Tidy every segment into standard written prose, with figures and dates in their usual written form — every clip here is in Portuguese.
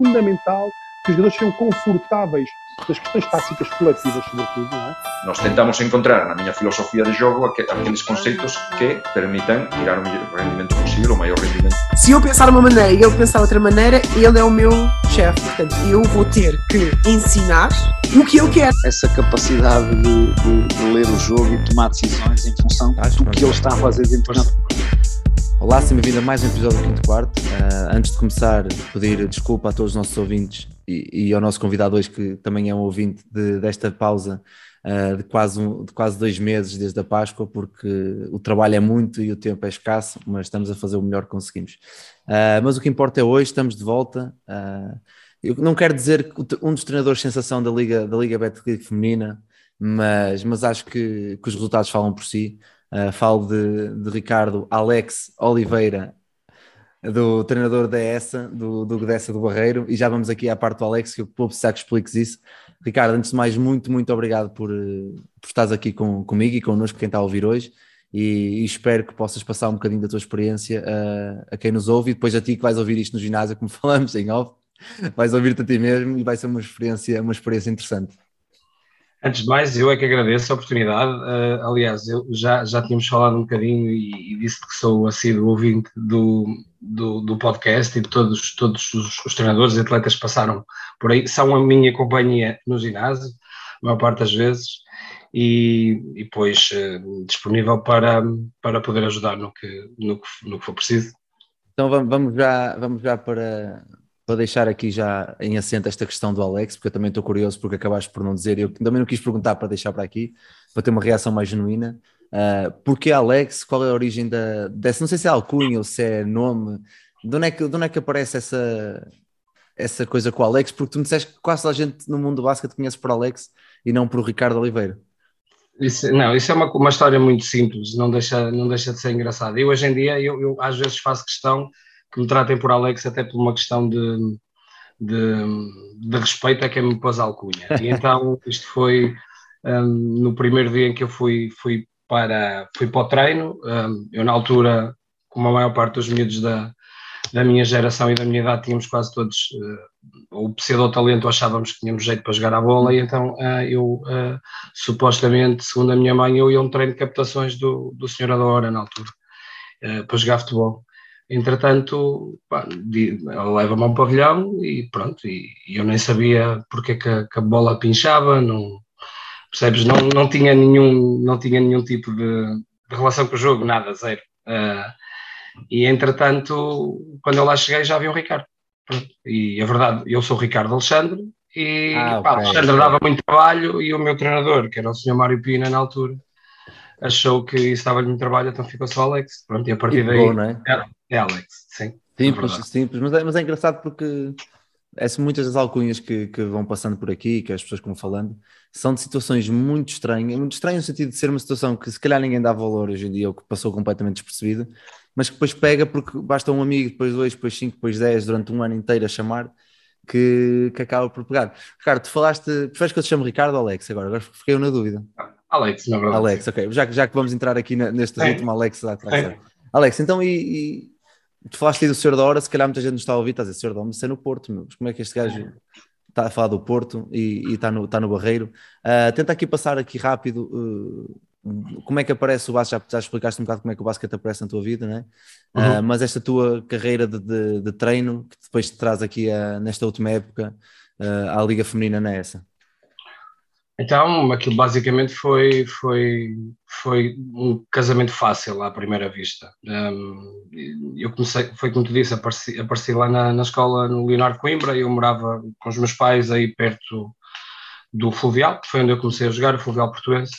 fundamental que os jogadores sejam confortáveis das questões táticas coletivas, sobretudo, não é? Nós tentamos encontrar na minha filosofia de jogo aqueles conceitos que permitam tirar o melhor rendimento possível, o maior rendimento. Se eu pensar de uma maneira e ele pensar de outra maneira, ele é o meu chefe. Portanto, eu vou ter que ensinar o que ele quer. Essa capacidade de ler o jogo e tomar decisões em função do que ele está a fazer dentro do campo. Olá, seja bem-vindo a mais um episódio do Quinto Quarto. Antes de começar, pedir desculpa a todos os nossos ouvintes e ao nosso convidado hoje, que também é um ouvinte desta pausa de quase 2 meses desde a Páscoa, porque o trabalho é muito e o tempo é escasso, mas estamos a fazer o melhor que conseguimos. Mas o que importa é hoje, estamos de volta. Eu não quero dizer que um dos treinadores sensação da Liga Betclic feminina, mas acho que os resultados falam por si. Falo de Ricardo Alex Oliveira, do treinador da ESA, do Dessa do Barreiro, e já vamos aqui à parte do Alex, que eu vou precisar que expliques isso. Ricardo, antes de mais, muito obrigado por estares aqui comigo e connosco, quem está a ouvir hoje, e espero que possas passar um bocadinho da tua experiência a quem nos ouve, e depois a ti que vais ouvir isto no ginásio, como falamos em off, vais ouvir-te a ti mesmo e vai ser uma experiência interessante. Antes de mais, eu é que agradeço a oportunidade. Aliás, eu já tínhamos falado um bocadinho e disse que sou assíduo ouvinte do podcast e de todos os treinadores e atletas que passaram por aí. São a minha companhia no ginásio, a maior parte das vezes, e depois disponível para poder ajudar no que for preciso. Então vamos já para deixar aqui já em assento esta questão do Alex, porque eu também estou curioso, porque acabaste por não dizer, eu também não quis perguntar para deixar para aqui, para ter uma reação mais genuína. Porquê Alex? Qual é a origem dessa, não sei se é alcunha ou se é nome, de onde é que aparece essa coisa com o Alex? Porque tu me disseste que quase toda a gente no mundo do basquete conhece por Alex e não por Ricardo Oliveira. Isso é uma história muito simples, não deixa de ser engraçado. E hoje em dia eu às vezes faço questão que me tratem por Alex, até por uma questão de respeito a quem me pôs a alcunha. E então isto foi no primeiro dia em que eu fui para o treino. Eu na altura, como a maior parte dos miúdos da minha geração e da minha idade, tínhamos quase todos o pseudo-talento, achávamos que tínhamos jeito para jogar a bola, e então eu supostamente, segundo a minha mãe, eu ia a um treino de captações do Senhor Adora na altura, para jogar futebol. Entretanto, ela leva-me a um pavilhão e pronto, e eu nem sabia porque que a bola pinchava, não, percebes? Não tinha nenhum tipo de relação com o jogo, nada, zero. E entretanto, quando eu lá cheguei, já havia o Ricardo. Pronto. E a verdade, eu sou o Ricardo Alexandre, e o Alexandre dava muito trabalho, e o meu treinador, que era o Sr. Mário Pina na altura, achou que isso dava-lhe muito trabalho, então ficou só Alex. Pronto, e a partir daí bom, não é? É Alex, sim. Simples, mas é engraçado porque muitas das alcunhas que vão passando por aqui, que as pessoas que vão falando, são de situações muito estranhas no sentido de ser uma situação que se calhar ninguém dá valor hoje em dia, ou que passou completamente despercebido, mas que depois pega porque basta um amigo, depois 2, depois 5, depois 10, durante um ano inteiro a chamar, que acaba por pegar. Ricardo, tu falaste, preferes que eu te chame Ricardo ou Alex agora fiquei na dúvida. Alex, na verdade. Alex, ok, já que vamos entrar aqui neste ritmo, Alex, Alex, então e tu falaste aí do Senhor da Hora, se calhar muita gente nos está a ouvir, está a dizer, Senhor da Hora, mas é no Porto, meu. Como é que este gajo está a falar do Porto e está no Barreiro? Tenta aqui passar aqui rápido como é que aparece o basquete, já explicaste um bocado como é que o basquete aparece na tua vida, não é? Mas esta tua carreira de treino, que depois te traz aqui nesta última época à Liga Feminina, não é essa? Então, aquilo basicamente foi um casamento fácil à primeira vista. Eu comecei, foi como tu disse, apareci lá na escola no Leonardo Coimbra. Eu morava com os meus pais aí perto do Fluvial, que foi onde eu comecei a jogar, o Fluvial Portuense.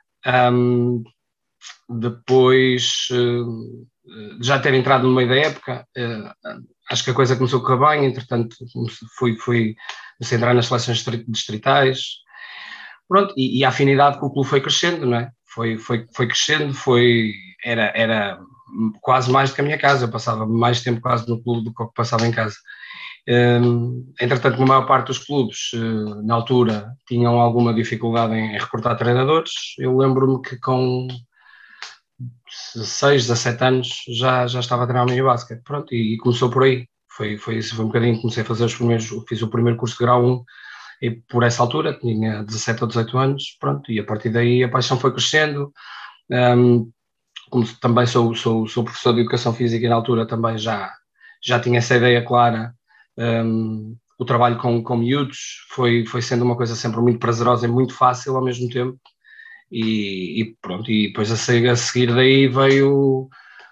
Depois já ter entrado no meio da época, acho que a coisa começou a correr bem. Entretanto, comecei a entrar nas seleções distritais. Pronto, e a afinidade com o clube foi crescendo, não é? Foi crescendo, era quase mais do que a minha casa. Eu passava mais tempo quase no clube do que passava em casa. Entretanto, a maior parte dos clubes, na altura, tinham alguma dificuldade em recrutar treinadores. Eu lembro-me que com 16, 17 anos já estava a treinar mini basquete. Pronto, e começou por aí. Foi isso, foi um bocadinho, comecei a fazer fiz o primeiro curso de grau 1 e por essa altura, tinha 17 ou 18 anos, pronto, e a partir daí a paixão foi crescendo. Como também sou professor de Educação Física e na altura também já tinha essa ideia clara. O trabalho com miúdos foi sendo uma coisa sempre muito prazerosa e muito fácil ao mesmo tempo. E pronto, e depois a seguir daí veio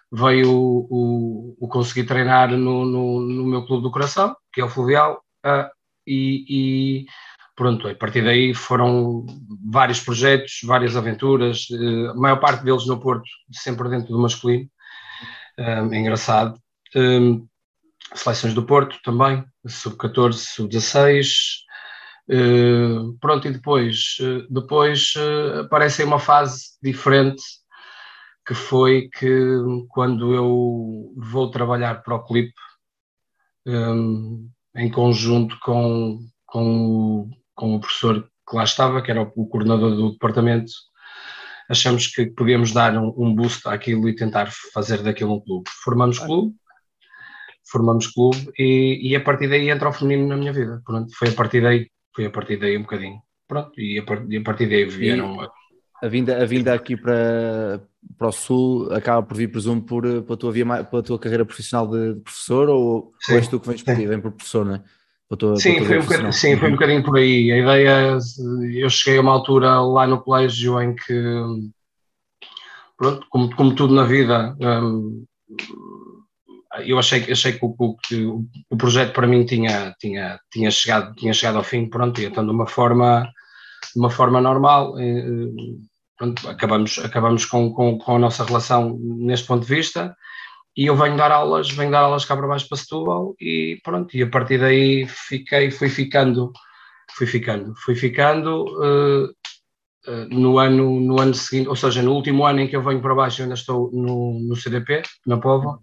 o conseguir treinar no meu clube do coração, que é o Fluvial, e pronto, a partir daí foram vários projetos, várias aventuras, a maior parte deles no Porto, sempre dentro do masculino, é engraçado. Seleções do Porto também, sub-14, sub-16, pronto, e depois aparece uma fase diferente, que foi que quando eu vou trabalhar para o Clip, em conjunto com o professor que lá estava, que era o coordenador do departamento, achamos que podíamos dar um boost àquilo e tentar fazer daquilo um clube. Formamos clube e a partir daí entra o feminino na minha vida. Pronto, foi a partir daí um bocadinho. Pronto, e a partir daí vieram... A vinda aqui para o Sul acaba por vir, presumo, pela tua carreira profissional de professor, ou és tu que vem por professor, não é? Foi um bocadinho por aí. A ideia, eu cheguei a uma altura lá no colégio em que, pronto, como tudo na vida, eu achei que o projeto para mim tinha chegado ao fim, pronto, e então de uma forma normal, pronto, acabamos com a nossa relação neste ponto de vista, e eu venho dar aulas cá para baixo para Setúbal, e pronto, e a partir daí fui ficando no ano seguinte, ou seja, no último ano em que eu venho para baixo, eu ainda estou no CDP, na Póvoa.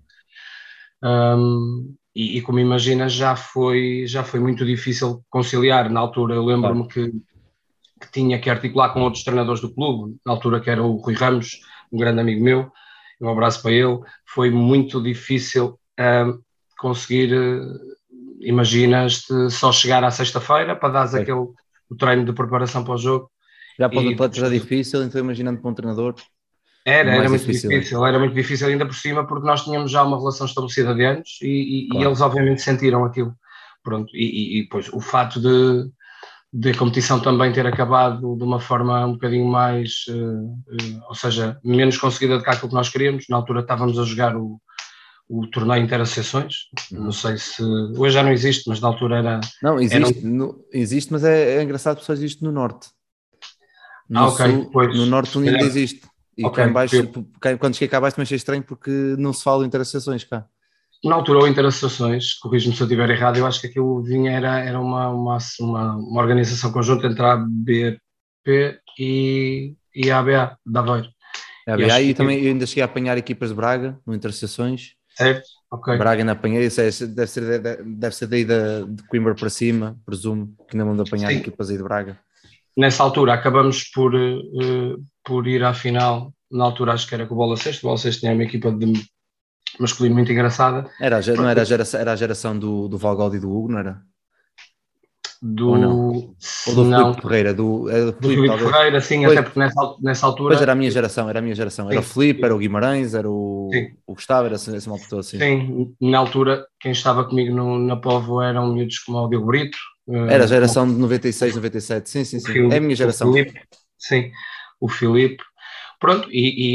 E como imaginas, já foi muito difícil conciliar. Na altura eu lembro-me que tinha que articular com outros treinadores do clube, na altura que era o Rui Ramos, um grande amigo meu, um abraço para ele. Foi muito difícil conseguir, imaginas, só chegar à sexta-feira para dar o treino de preparação para o jogo. Já para os atletas era difícil, então imaginando para um treinador... Era muito difícil ainda por cima, porque nós tínhamos já uma relação estabelecida de anos e eles obviamente sentiram aquilo. Pronto, e depois o fato de a competição também ter acabado de uma forma um bocadinho mais, ou seja, menos conseguida do que aquilo que nós queríamos. Na altura estávamos a jogar o torneio Interassociações, não sei se... Hoje já não existe, mas na altura era... Não, existe, mas é engraçado porque só existe no Norte. No Sul, no Norte ainda existe. E cá em baixo, quando cheguei cá abaixo também achei estranho porque não se fala de Interassociações cá. Na altura, o Interassociações, corrijo-me se eu estiver errado, eu acho que aquilo era uma organização conjunta entre a ABP e a ABA de Aveiro. E também eu ainda cheguei a apanhar equipas de Braga no Interassociações. Certo, ok. Braga ainda apanhei, deve ser daí de Coimbra para cima, presumo, que ainda vão de apanhar equipas aí de Braga. Nessa altura acabamos por ir à final, na altura acho que era com o Bola 6, o Bola 6 tinha uma equipa de masculino muito engraçada. Não era a geração do Valgode e do Hugo, não era? Ou não? Ou do Filipe Ferreira, do Filipe Ferreira, sim, pois, até porque nessa altura... Pois era a minha geração. Era o Filipe, era o Guimarães, era o Gustavo, era essa malta toda assim. Sim, na altura quem estava comigo na Povo eram miúdos como o Diogo Brito. Era a geração de 96, 97, sim. Filipe, é a minha geração. O Filipe. Pronto,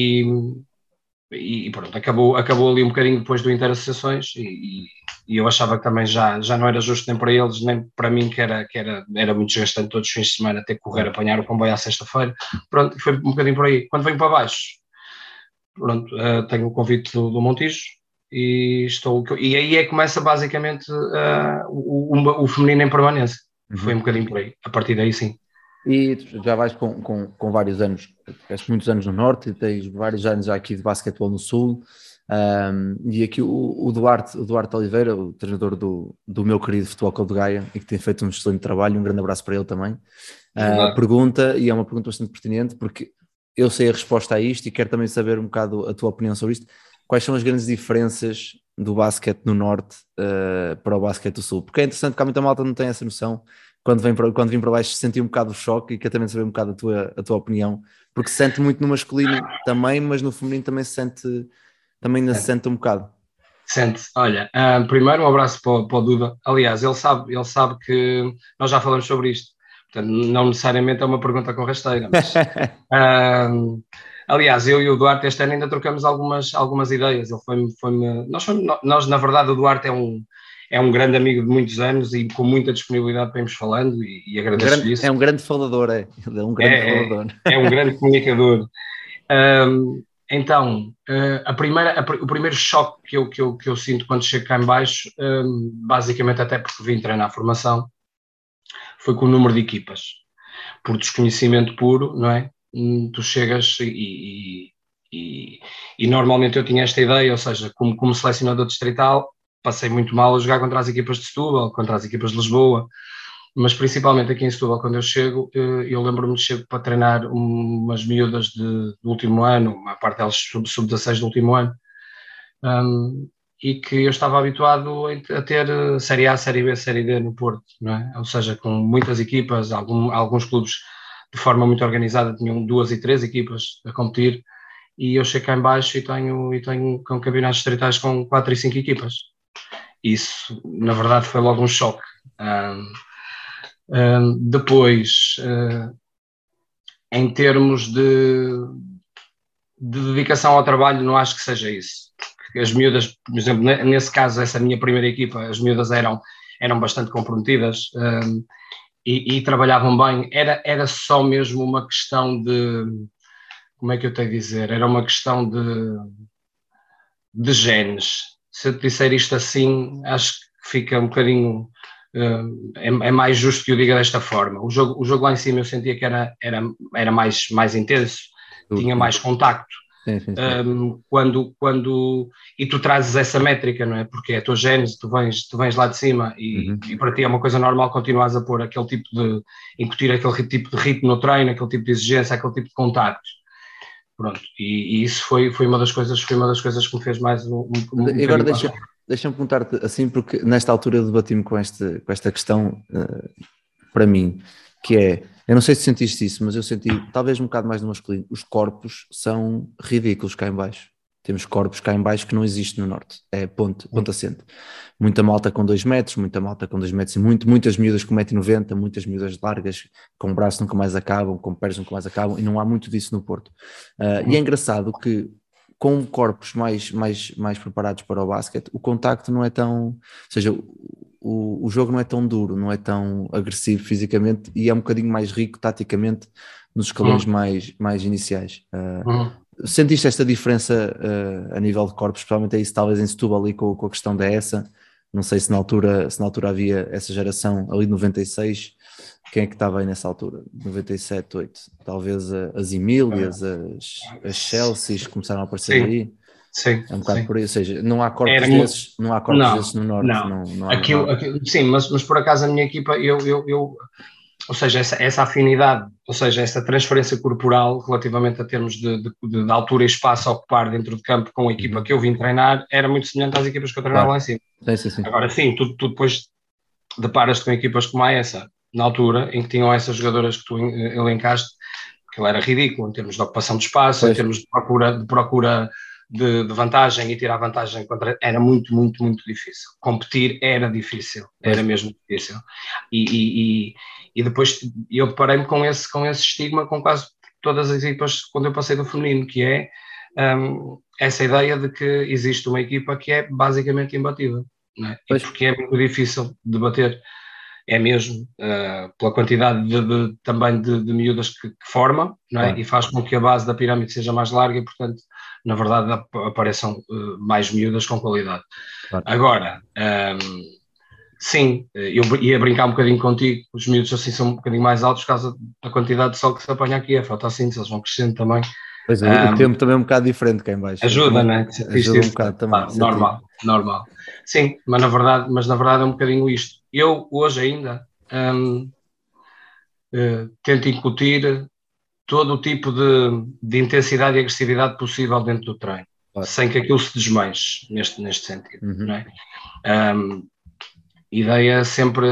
e pronto, acabou ali um bocadinho depois do Interassociações e eu achava que também já não era justo nem para eles, nem para mim, que era muito desgastante todos os fins de semana ter que correr, apanhar o comboio à sexta-feira. Pronto, foi um bocadinho por aí. Quando venho para baixo, pronto, tenho o convite do Montijo e aí é que começa basicamente o feminino em permanência. Foi um bocadinho por aí, a partir daí sim. E tu já vais com vários anos, tiveste muitos anos no Norte e tens vários anos já aqui de basquetebol no Sul, e aqui o Duarte Oliveira, o treinador do meu querido Futebol Clube de Gaia, e que tem feito um excelente trabalho, um grande abraço para ele também, pergunta, e é uma pergunta bastante pertinente, porque eu sei a resposta a isto e quero também saber um bocado a tua opinião sobre isto. Quais são as grandes diferenças do basquete no Norte para o basquete do Sul, porque é interessante que há muita malta não tem essa noção. Quando vim para baixo senti um bocado o choque e quero também saber um bocado a tua opinião, porque se sente muito no masculino também, mas no feminino também se ainda se sente um bocado. Sente, olha, primeiro um abraço para o Duda. Aliás, ele sabe que nós já falamos sobre isto, portanto, não necessariamente é uma pergunta com rasteira, mas aliás, eu e o Duarte este ano ainda trocamos algumas ideias. Ele nós, na verdade, o Duarte é um grande amigo de muitos anos e com muita disponibilidade para irmos falando e agradeço isso. É um grande falador, Ele é um grande falador. É um grande comunicador. Então, o primeiro choque que eu sinto quando chego cá em baixo, basicamente até porque vim treinar a formação, foi com o número de equipas. Por desconhecimento puro, não é? Tu chegas e normalmente eu tinha esta ideia, ou seja, como selecionador distrital, passei muito mal a jogar contra as equipas de Setúbal, contra as equipas de Lisboa, mas principalmente aqui em Setúbal, quando eu chego, eu lembro-me de chego para treinar umas miúdas do último ano, uma parte delas sub-16 do último ano, e que eu estava habituado a ter Série A, Série B, Série D no Porto, não é? Ou seja, com muitas equipas, alguns clubes de forma muito organizada tinham 2 e 3 equipas a competir, e eu chego cá em baixo e tenho com campeonatos distritais com 4 e 5 equipas. Isso, na verdade, foi logo um choque. Depois, em termos de dedicação ao trabalho, não acho que seja isso. Porque as miúdas, por exemplo, nesse caso, essa minha primeira equipa, as miúdas eram bastante comprometidas e trabalhavam bem. Era só mesmo uma questão de, como é que eu tenho a dizer? Era uma questão de genes. Se eu te disser isto assim, acho que fica um bocadinho... É mais justo que eu diga desta forma. O jogo lá em cima eu sentia que era mais intenso, tinha mais contacto. Sim. E tu trazes essa métrica, não é? Porque é a tua gênese, tu vens lá de cima e para ti é uma coisa normal continuares a pôr aquele tipo de... incutir aquele tipo de ritmo no treino, aquele tipo de exigência, aquele tipo de contacto. Pronto, e isso foi uma das coisas que me fez mais e agora deixa-me perguntar-te assim, porque nesta altura eu debati-me com esta questão para mim, que é, eu não sei se sentiste isso, mas eu senti talvez um bocado mais no masculino, os corpos são ridículos cá em baixo. Temos corpos cá em baixo que não existe no Norte, é ponto assente. Muita malta com 2 metros, muita malta com 2 metros e muitas miúdas com 1,90 m, muitas miúdas largas, com braços nunca mais acabam, com pernas nunca mais acabam, e não há muito disso no Porto. E é engraçado que com corpos mais preparados para o basquete, o contacto não é tão... Ou seja, o jogo não é tão duro, não é tão agressivo fisicamente e é um bocadinho mais rico taticamente nos escalões mais iniciais. Sentiste esta diferença a nível de corpos, especialmente isso talvez em Setúbal ali com a questão da ESA? Não sei se na altura havia essa geração ali de 96, quem é que estava aí nessa altura? 97, 8, talvez as Emílias, as Chelseas começaram a aparecer aí. Sim, é um bocado por aí, ou seja, não há corpos desses no Norte. Não há. Sim, mas por acaso a minha equipa, ou seja, essa afinidade, ou seja, essa transferência corporal relativamente a termos de altura e espaço a ocupar dentro de campo com a equipa que eu vim treinar, era muito semelhante às equipas que eu treinava lá em cima. Sim. Agora sim, tu depois deparas-te com equipas como a essa, na altura, em que tinham essas jogadoras que tu elencaste, que ele era ridículo em termos de ocupação de espaço, em termos de procura de vantagem e tirar vantagem contra... Era muito, muito, muito difícil. Competir era difícil, era mesmo difícil. E depois eu deparei-me com esse estigma com quase todas as equipas quando eu passei do feminino, que é essa ideia de que existe uma equipa que é basicamente imbatível, não é? E porque é muito difícil de bater. É mesmo, pela quantidade também de miúdas que forma, não é? E faz com que a base da pirâmide seja mais larga e, portanto, na verdade, apareçam mais miúdas com qualidade. Agora, sim, eu ia brincar um bocadinho contigo, os miúdos assim são um bocadinho mais altos por causa da quantidade de sol que se apanha aqui, a fotossíntese, eles vão crescendo também. Pois é, o tempo também é um bocado diferente cá em baixo. Ajuda, não é? Ajuda um bocado também. Normal. Sim, mas na verdade é um bocadinho isto. Eu hoje ainda tento incutir todo o tipo de intensidade e agressividade possível dentro do treino. sem que aquilo se desmanche neste sentido, Uhum. não é? Ideia sempre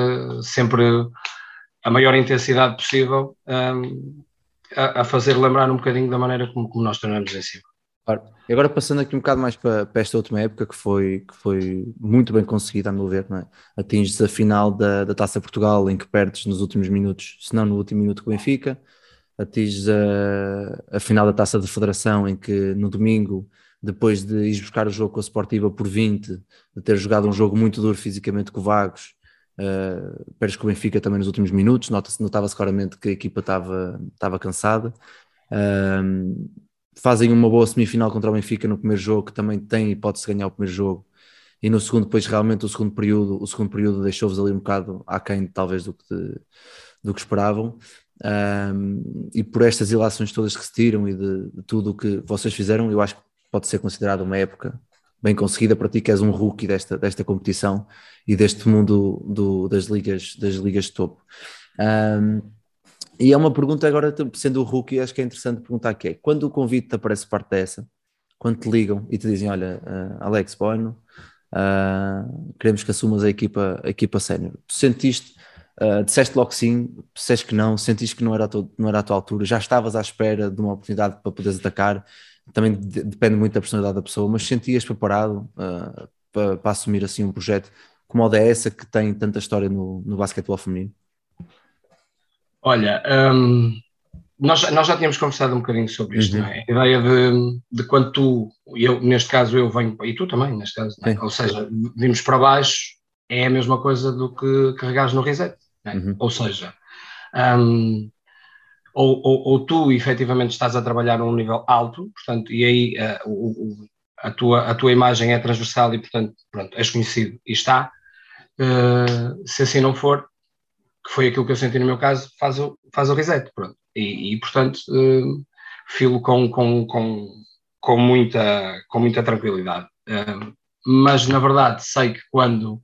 a maior intensidade possível, a fazer lembrar um bocadinho da maneira como nós treinamos em cima. Claro. E agora passando aqui um bocado mais para esta última época, que foi muito bem conseguida, a meu ver, não é? Atinges a final da Taça Portugal, em que perdes nos últimos minutos, se não no último minuto com o Benfica. Atinges a final da Taça de Federação, em que no domingo, depois de ires buscar o jogo com a Sportiva por 20, de ter jogado um jogo muito duro fisicamente com o Vagos, perdes com o Benfica também nos últimos minutos, notava-se claramente que a equipa estava cansada. Fazem uma boa semifinal contra o Benfica no primeiro jogo, que também tem hipótese de ganhar o primeiro jogo, e no segundo, depois realmente o segundo período deixou-vos ali um bocado aquém talvez do que esperavam. E por estas ilações todas que se tiram e de tudo o que vocês fizeram, eu acho que pode ser considerada uma época bem conseguida para ti, que és um rookie desta competição e deste mundo das ligas de topo. E é uma pergunta agora, sendo o rookie, acho que é interessante perguntar, que é, quando o convite te aparece parte dessa, quando te ligam e te dizem, olha, Alex Boino, queremos que assumas a equipa sénior, tu sentiste, disseste logo que sim, disseste que não, sentiste que não era a tua altura, já estavas à espera de uma oportunidade para poderes atacar, também depende muito da personalidade da pessoa, mas sentias preparado para assumir assim um projeto como o da essa, que tem tanta história no basquetebol feminino? Olha, nós já tínhamos conversado um bocadinho sobre isto, não é? A ideia de quando tu, neste caso eu venho, e tu também, neste caso, não é? Ou seja, vimos para baixo, é a mesma coisa do que carregares no reset, não é? Ou seja, ou tu efetivamente estás a trabalhar a um nível alto, portanto, e aí a tua imagem é transversal e, portanto, pronto, és conhecido e está. Se assim não for, que foi aquilo que eu senti no meu caso, faz o reset, pronto. E portanto, filo com muita tranquilidade. Mas, na verdade, sei que quando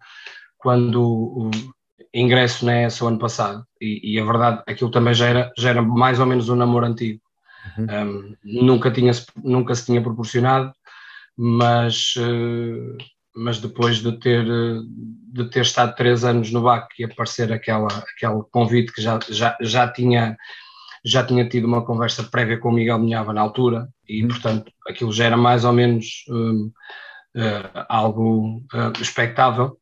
ingresso na ESA o ano passado, e a verdade, aquilo também já era mais ou menos um namoro antigo. Nunca se tinha proporcionado, mas depois de ter estado 3 anos no BAC e aparecer aquele convite que já tinha tido uma conversa prévia com o Miguel Minhava na altura, e portanto aquilo já era mais ou menos algo expectável.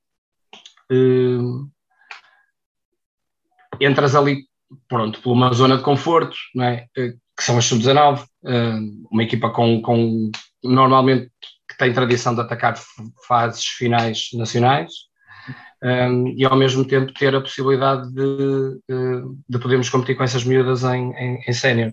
Entras ali, pronto, por uma zona de conforto, não é? Que são as sub-19, uma equipa com normalmente que tem tradição de atacar fases finais nacionais, e ao mesmo tempo ter a possibilidade de podermos competir com essas miúdas em sénior.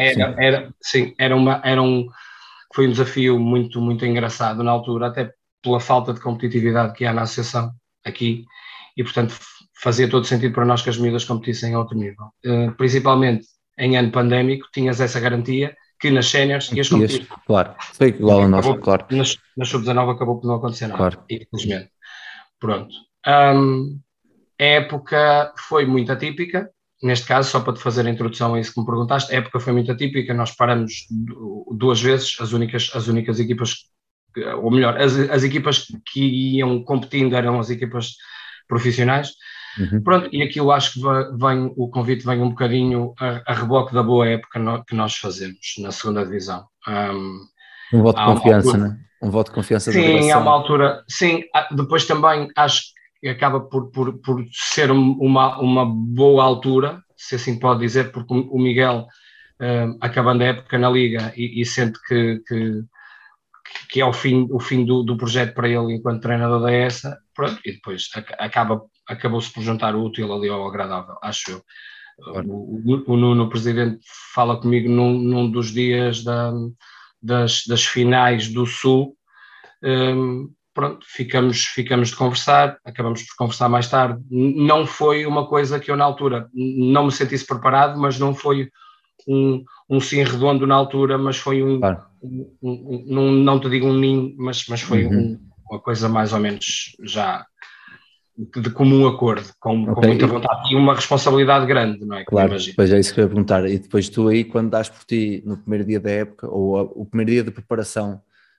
Foi um desafio muito, muito engraçado na altura, até pela falta de competitividade que há na associação aqui, e portanto fazia todo sentido para nós que as miúdas competissem a outro nível. Principalmente em ano pandémico, tinhas essa garantia que nas séniores ias competir. Claro, foi igual a nós, claro. Nas sub-19 acabou por não acontecer nada, claro. Infelizmente. Pronto. A época foi muito atípica, neste caso, só para te fazer a introdução a isso que me perguntaste, a época foi muito atípica, nós paramos 2 vezes, as únicas equipas, ou melhor, as equipas que iam competindo eram as equipas profissionais. Pronto, e aqui eu acho que o convite vem um bocadinho a reboque da boa época que nós fazemos na segunda divisão. Um voto de confiança, né? Um voto de confiança da direção. Sim, há uma altura, sim, depois também acho que acaba por ser uma boa altura, se assim pode dizer, porque o Miguel, acabando a época na Liga e sente que é o fim do projeto para ele enquanto treinador da ESA, pronto, e depois acabou-se por juntar o útil ali ao agradável, acho eu. Claro. O Nuno, presidente, fala comigo num dos dias das finais do Sul. Pronto, ficamos de conversar, acabamos por conversar mais tarde. Não foi uma coisa que eu na altura não me sentisse preparado, mas não foi um sim redondo na altura, mas foi claro. Não te digo um ninho, mas foi uma coisa mais ou menos já de comum acordo, com muita vontade e uma responsabilidade grande, não é? Claro, depois é isso que eu ia perguntar. E depois tu aí, quando dás por ti no primeiro dia da época, ou o primeiro dia de preparação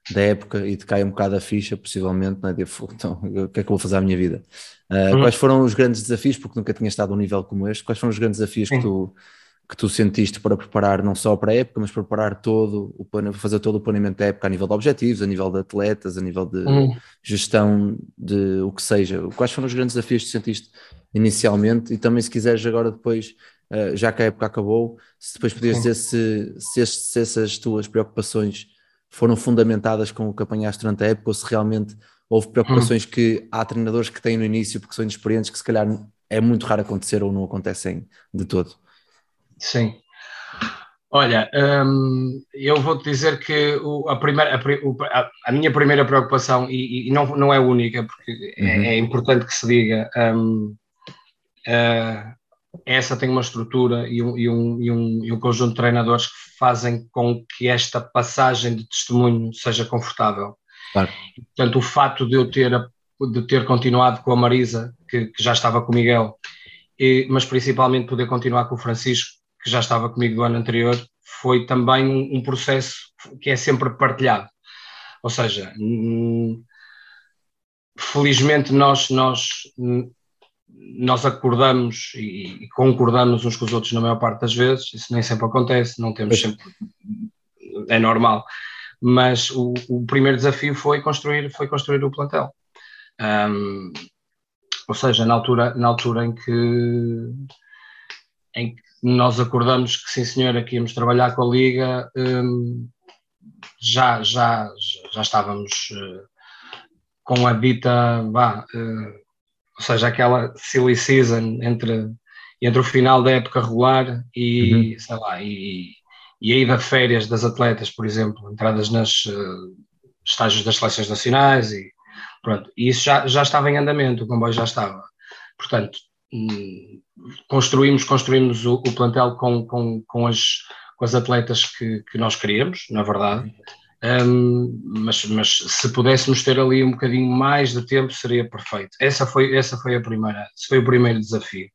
da época e te cai um bocado a ficha, possivelmente, não é? Então, o que é que eu vou fazer à minha vida? Quais foram os grandes desafios, porque nunca tinha estado a um nível como este, quais foram os grandes desafios que tu sentiste para preparar não só para a época, mas preparar fazer todo o planeamento da época a nível de objetivos, a nível de atletas, a nível de gestão de o que seja? Quais foram os grandes desafios que sentiste inicialmente? E também, se quiseres agora depois, já que a época acabou, se depois podias dizer se essas tuas preocupações foram fundamentadas com o que apanhaste durante a época, ou se realmente houve preocupações que há treinadores que têm no início porque são inexperientes, que se calhar é muito raro acontecer ou não acontecem de todo. Sim. Olha, eu vou-te dizer que a minha primeira preocupação, e não é única, porque é importante que se diga, essa tem uma estrutura e um conjunto de treinadores que fazem com que esta passagem de testemunho seja confortável. Claro. E, portanto, o fato de eu ter continuado com a Marisa, que já estava com o Miguel, mas principalmente poder continuar com o Francisco, que já estava comigo do ano anterior, foi também um processo que é sempre partilhado. Ou seja, felizmente nós acordamos e concordamos uns com os outros na maior parte das vezes. Isso nem sempre acontece, não temos sempre, é normal, mas o primeiro desafio foi construir o plantel. Ou seja, na altura em que nós acordamos que sim senhora, que íamos trabalhar com a Liga, já estávamos com a dita, ou seja, aquela silly season entre o final da época regular e, sei lá, e a ida de férias das atletas, por exemplo, entradas nos estágios das seleções nacionais e pronto. E isso já estava em andamento, o comboio já estava. Portanto, construímos o plantel com as atletas que nós queríamos, na verdade. Mas se pudéssemos ter ali um bocadinho mais de tempo seria perfeito. Esse foi o primeiro desafio.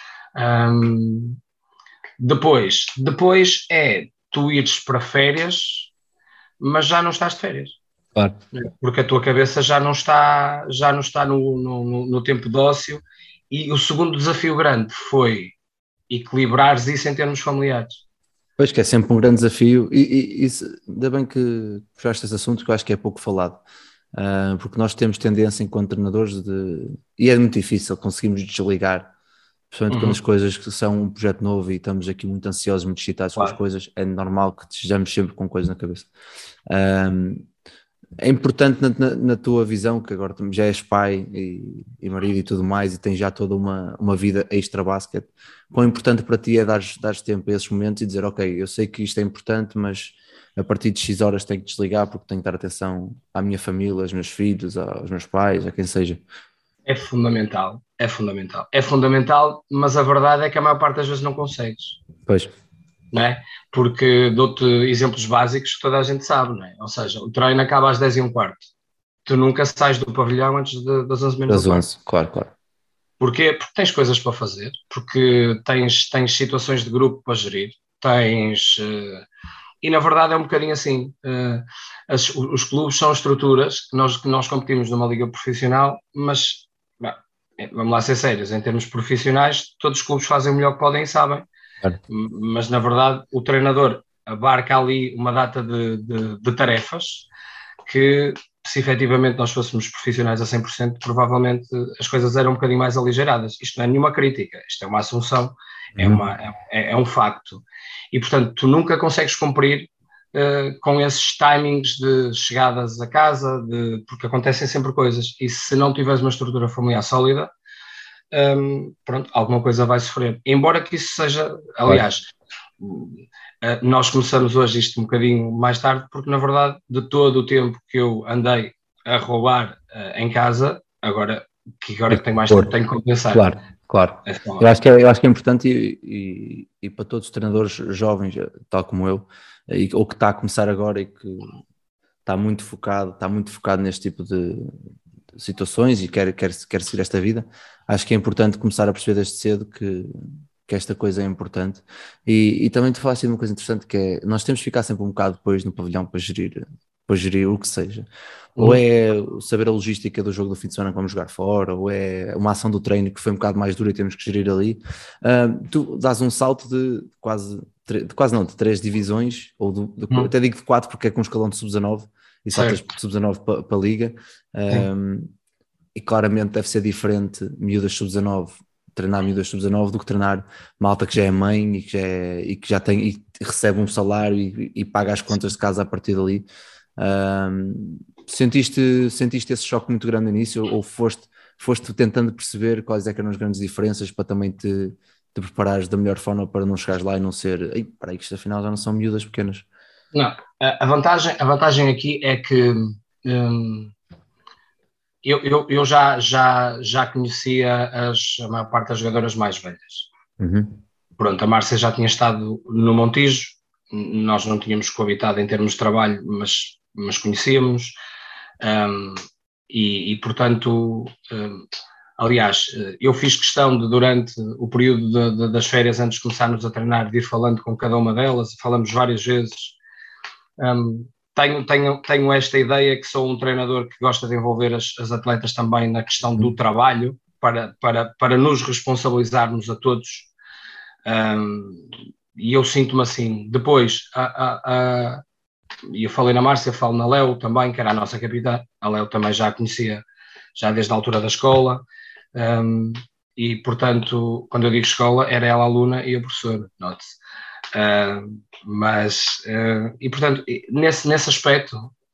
Depois é tu ires para férias, mas já não estás de férias. Claro. Porque a tua cabeça já não está no tempo de ócio. E o segundo desafio grande foi equilibrares isso em termos familiares. Pois, que é sempre um grande desafio, e ainda bem que puxaste esse assunto, que eu acho que é pouco falado, porque nós temos tendência enquanto treinadores e é muito difícil conseguirmos desligar, principalmente quando as coisas que são um projeto novo e estamos aqui muito ansiosos, muito excitados com as coisas, é normal que estejamos sempre com coisas na cabeça. É importante na tua visão, que agora já és pai e marido e tudo mais, e tens já toda uma vida extra-basket, quão importante para ti é dares tempo a esses momentos e dizer, ok, eu sei que isto é importante, mas a partir de X horas tenho que desligar porque tenho que dar atenção à minha família, aos meus filhos, aos meus pais, a quem seja. É fundamental, mas a verdade é que a maior parte das vezes não consegues. Pois. Não é? Porque dou-te exemplos básicos que toda a gente sabe, não é? Ou seja, o treino acaba às 10h15. Tu nunca sais do pavilhão antes das 11h menos. Das 11, claro. Porquê? Porque tens coisas para fazer, porque tens situações de grupo para gerir, e na verdade é um bocadinho assim. Os clubes são estruturas que nós competimos numa liga profissional, mas vamos lá ser sérios, em termos profissionais, todos os clubes fazem o melhor que podem e sabem. Claro. Mas na verdade o treinador abarca ali uma data de tarefas que, se efetivamente nós fôssemos profissionais a 100%, provavelmente as coisas eram um bocadinho mais aligeiradas. Isto não é nenhuma crítica, isto é uma assunção, é um facto, e portanto tu nunca consegues cumprir com esses timings de chegadas a casa, porque acontecem sempre coisas, e se não tiveres uma estrutura familiar sólida, pronto, alguma coisa vai sofrer. Embora que isso seja, aliás, nós começamos hoje isto um bocadinho mais tarde, porque na verdade de todo o tempo que eu andei a roubar em casa, agora que tenho mais tempo, tenho que compensar. Claro. Eu acho que é importante e para todos os treinadores jovens, tal como eu, ou que está a começar agora e que está muito focado neste tipo de situações e quer seguir esta vida, acho que é importante começar a perceber desde cedo que esta coisa é importante. E também te falaste de uma coisa interessante, que é, nós temos que ficar sempre um bocado depois no pavilhão para gerir para gerir o que seja. Ou é saber a logística do jogo do fim de semana que vamos jogar fora, ou é uma ação do treino que foi um bocado mais dura e temos que gerir ali. Tu dás um salto de de 3 divisões, ou até digo de 4 porque é com um escalão de sub-19 e saltas de sub-19 para a Liga. E claramente deve ser diferente miúdas sub-19, treinar miúdas sub-19 do que treinar malta que já é mãe e que já tem e recebe um salário e paga as contas de casa a partir dali. Sentiste esse choque muito grande no início, ou foste tentando perceber quais é que eram as grandes diferenças para também te preparares da melhor forma para não chegares lá e não ser, para aí que isto afinal já não são miúdas pequenas? Não, a vantagem aqui é que eu já conhecia a maior parte das jogadoras mais velhas. Pronto, a Márcia já tinha estado no Montijo, nós não tínhamos coabitado em termos de trabalho, mas conhecíamos, e portanto, aliás, eu fiz questão de, durante o período das férias, antes de começarmos a treinar, de ir falando com cada uma delas, falamos várias vezes. Tenho esta ideia que sou um treinador que gosta de envolver as atletas também na questão do trabalho, para nos responsabilizarmos a todos, e eu sinto-me assim. Depois, eu falei na Márcia, falo na Léo também, que era a nossa capitã. A Léo também já a conhecia, já desde a altura da escola, e portanto, quando eu digo escola, era ela a aluna e eu professor, note-se. E portanto, nesse aspecto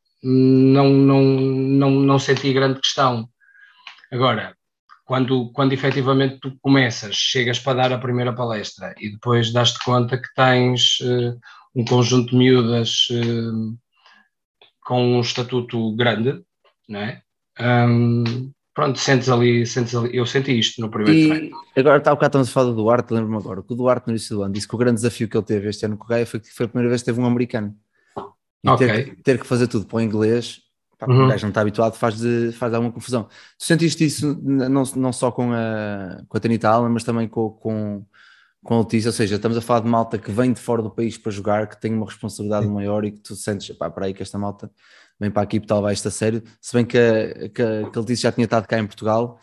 não senti grande questão. Agora, quando efetivamente tu chegas para dar a primeira palestra e depois das-te conta que tens um conjunto de miúdas com um estatuto grande, não é? Pronto, sentes ali, eu senti isto no primeiro treino. Agora está o bocado, estamos a falar do Duarte, lembro-me agora, que o Duarte no início do ano disse que o grande desafio que ele teve este ano com o Gaia foi que foi a primeira vez que teve um americano. E ter que fazer tudo para o inglês, o gajo não está habituado, faz alguma confusão. Tu sentiste isso não só com a Tanita Allen, mas também com a Letícia, ou seja, estamos a falar de malta que vem de fora do país para jogar, que tem uma responsabilidade maior e que tu sentes, para aí que esta malta vem para aqui e tal, vai isto a sério, se bem que a Letícia já tinha estado cá em Portugal,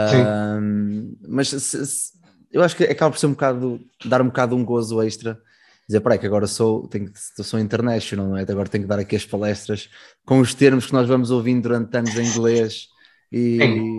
mas eu acho que acaba por ser dar um bocado um gozo extra, dizer, para aí que agora sou international, não é? Agora tenho que dar aqui as palestras com os termos que nós vamos ouvindo durante anos em inglês e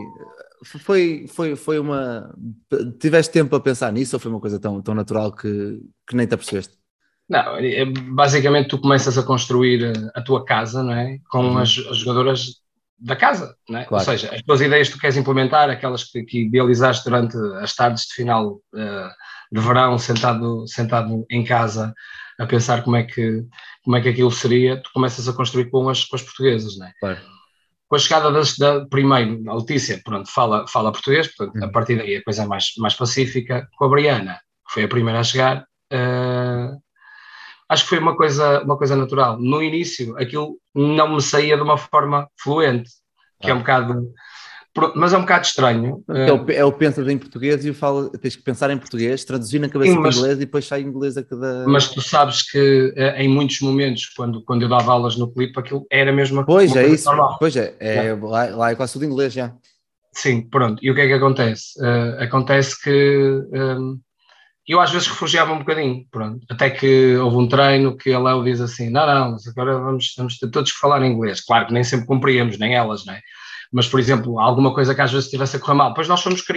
foi uma... Tiveste tempo a pensar nisso ou foi uma coisa tão natural que nem te apercebeste? Não, basicamente tu começas a construir a tua casa, não é? Com as jogadoras da casa, não é? Claro. Ou seja, as tuas ideias que tu queres implementar, aquelas que idealizaste durante as tardes de final de verão, sentado em casa a pensar como é que aquilo seria, tu começas a construir com as portuguesas, não é? Claro. Com a chegada primeiro, a Letícia, pronto, fala português, portanto, a partir daí a coisa é mais pacífica. Com a Briana, que foi a primeira a chegar, acho que foi uma coisa natural. No início, aquilo não me saía de uma forma fluente, que é um bocado... Mas é um bocado estranho. É o pensas em português e tens que pensar em português, traduzir na cabeça em inglês e depois sai em inglês a cada... Mas tu sabes que em muitos momentos, quando eu dava aulas no clipe, aquilo era mesmo uma coisa normal. Pois é. Lá é quase tudo inglês já. Sim, pronto. E o que é que acontece? Acontece que... eu às vezes refugiava um bocadinho, pronto, até que houve um treino que a Léo diz assim, não, mas agora vamos ter todos que falar inglês. Claro que nem sempre cumpríamos, nem elas, não é? Mas, por exemplo, alguma coisa que às vezes estivesse a correr mal, depois nós fomos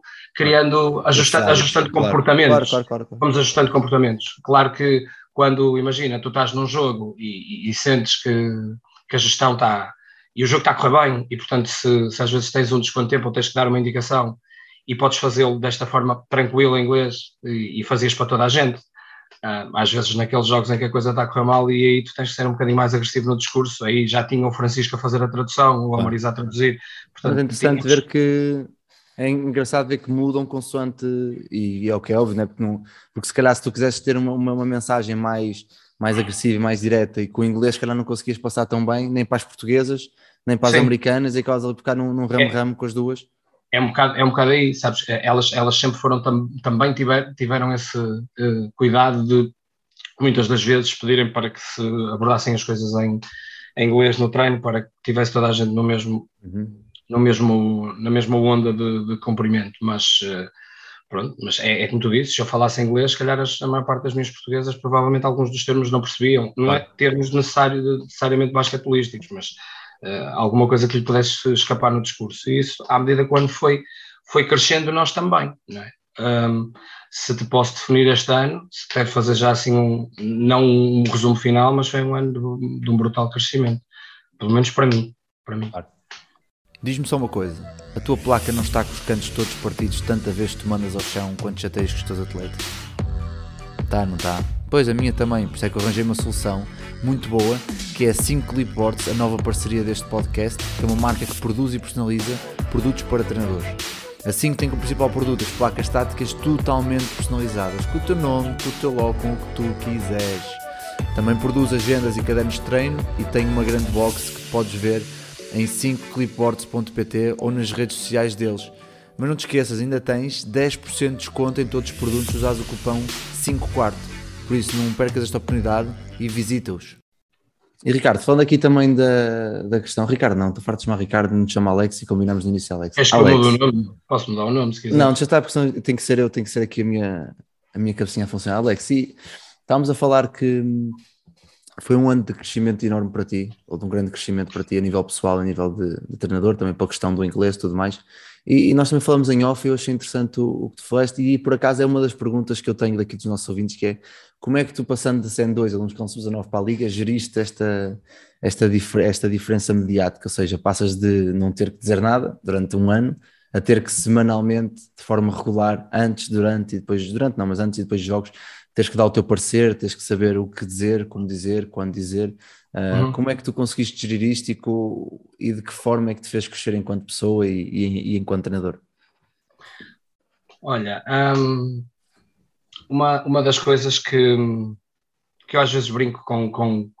ajustando comportamentos. Claro. Vamos ajustando comportamentos. Claro que quando, imagina, tu estás num jogo e sentes que a gestão está, e o jogo está a correr bem, e portanto se às vezes tens um desconto de tempo ou tens que dar uma indicação, e podes fazê-lo desta forma tranquila em inglês e fazias para toda a gente. Às vezes naqueles jogos em que a coisa está a correr mal e aí tu tens de ser um bocadinho mais agressivo no discurso, aí já tinha o Francisco a fazer a tradução, ou a Marisa a traduzir. Portanto, mas é interessante ver que é engraçado ver que mudam consoante, e é o que é óbvio, né? Porque se calhar se tu quisesses ter uma mensagem mais agressiva e mais direta e com o inglês se calhar não conseguias passar tão bem, nem para as portuguesas, nem para as americanas, e acabas ali ficar num ramo-ramo com as duas. É um bocado aí, sabes, elas sempre foram também tiveram esse cuidado de muitas das vezes pedirem para que se abordassem as coisas em inglês no treino para que tivesse toda a gente na mesma onda de comprimento, mas pronto, mas é como tu disse, se eu falasse inglês, se calhar a maior parte das minhas portuguesas provavelmente alguns dos termos não percebiam, não é termos necessariamente basquetebolísticos, mas alguma coisa que lhe pudesse escapar no discurso, e isso à medida quando foi crescendo nós também, não é? Se te posso definir este ano, se quero fazer já assim não um resumo final, mas foi um ano de um brutal crescimento, pelo menos para mim. Claro. Diz-me só uma coisa, a tua placa não está com os cantos todos partidos tanta vez que tu mandas ao chão quando chateias com os teus atletas? Tá, não está? Pois, a minha também, por isso é que eu arranjei uma solução muito boa, que é a 5 Clipboards, a nova parceria deste podcast, que é uma marca que produz e personaliza produtos para treinadores. A 5 tem como principal produto as placas estáticas totalmente personalizadas, com o teu nome, com o teu logo, com o que tu quiseres. Também produz agendas e cadernos de treino e tem uma grande box que podes ver em 5clipboards.pt ou nas redes sociais deles. Mas não te esqueças, ainda tens 10% de desconto em todos os produtos usados o cupom 5quarto. Por isso não percas esta oportunidade e visita-os. E Ricardo, falando aqui também da questão, Ricardo não, estou farto de chamar Ricardo, não te chama Alex e combinamos no início Alex. Queres que eu mude o nome? Posso mudar o nome se quiser? Não, já está, porque tem que ser eu, tem que ser aqui a minha cabecinha a funcionar. Alex, e estávamos a falar que foi um ano de crescimento enorme para ti, ou de um grande crescimento para ti a nível pessoal, a nível de treinador, também para a questão do inglês e tudo mais. E nós também falamos em off e eu achei interessante o que tu falaste e por acaso é uma das perguntas que eu tenho daqui dos nossos ouvintes, que é como é que tu, passando de CN2 alunos com sub-19 para a Liga, geriste esta diferença mediática, ou seja, passas de não ter que dizer nada durante um ano a ter que semanalmente, de forma regular, antes, durante e depois, antes e depois de jogos, tens que dar o teu parecer, tens que saber o que dizer, como dizer, quando dizer. Como é que tu conseguiste gerir isto e de que forma é que te fez crescer enquanto pessoa e enquanto treinador? Olha, uma das coisas que eu às vezes brinco com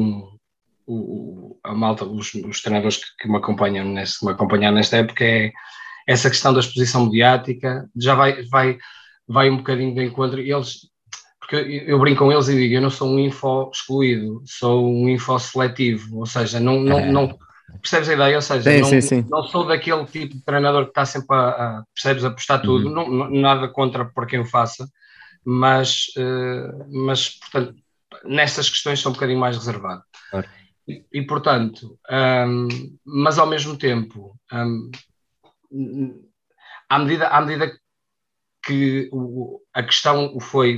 a malta, os treinadores que me acompanham nesta época é essa questão da exposição mediática, já vai um bocadinho de encontro, eles, porque eu brinco com eles e digo, eu não sou um info excluído, sou um info seletivo, ou seja, não percebes a ideia? Ou seja, sim. não sou daquele tipo de treinador que está sempre a postar tudo, nada contra para quem o faça, mas portanto, nestas questões sou um bocadinho mais reservado. Claro. E portanto, mas ao mesmo tempo, à medida que a questão foi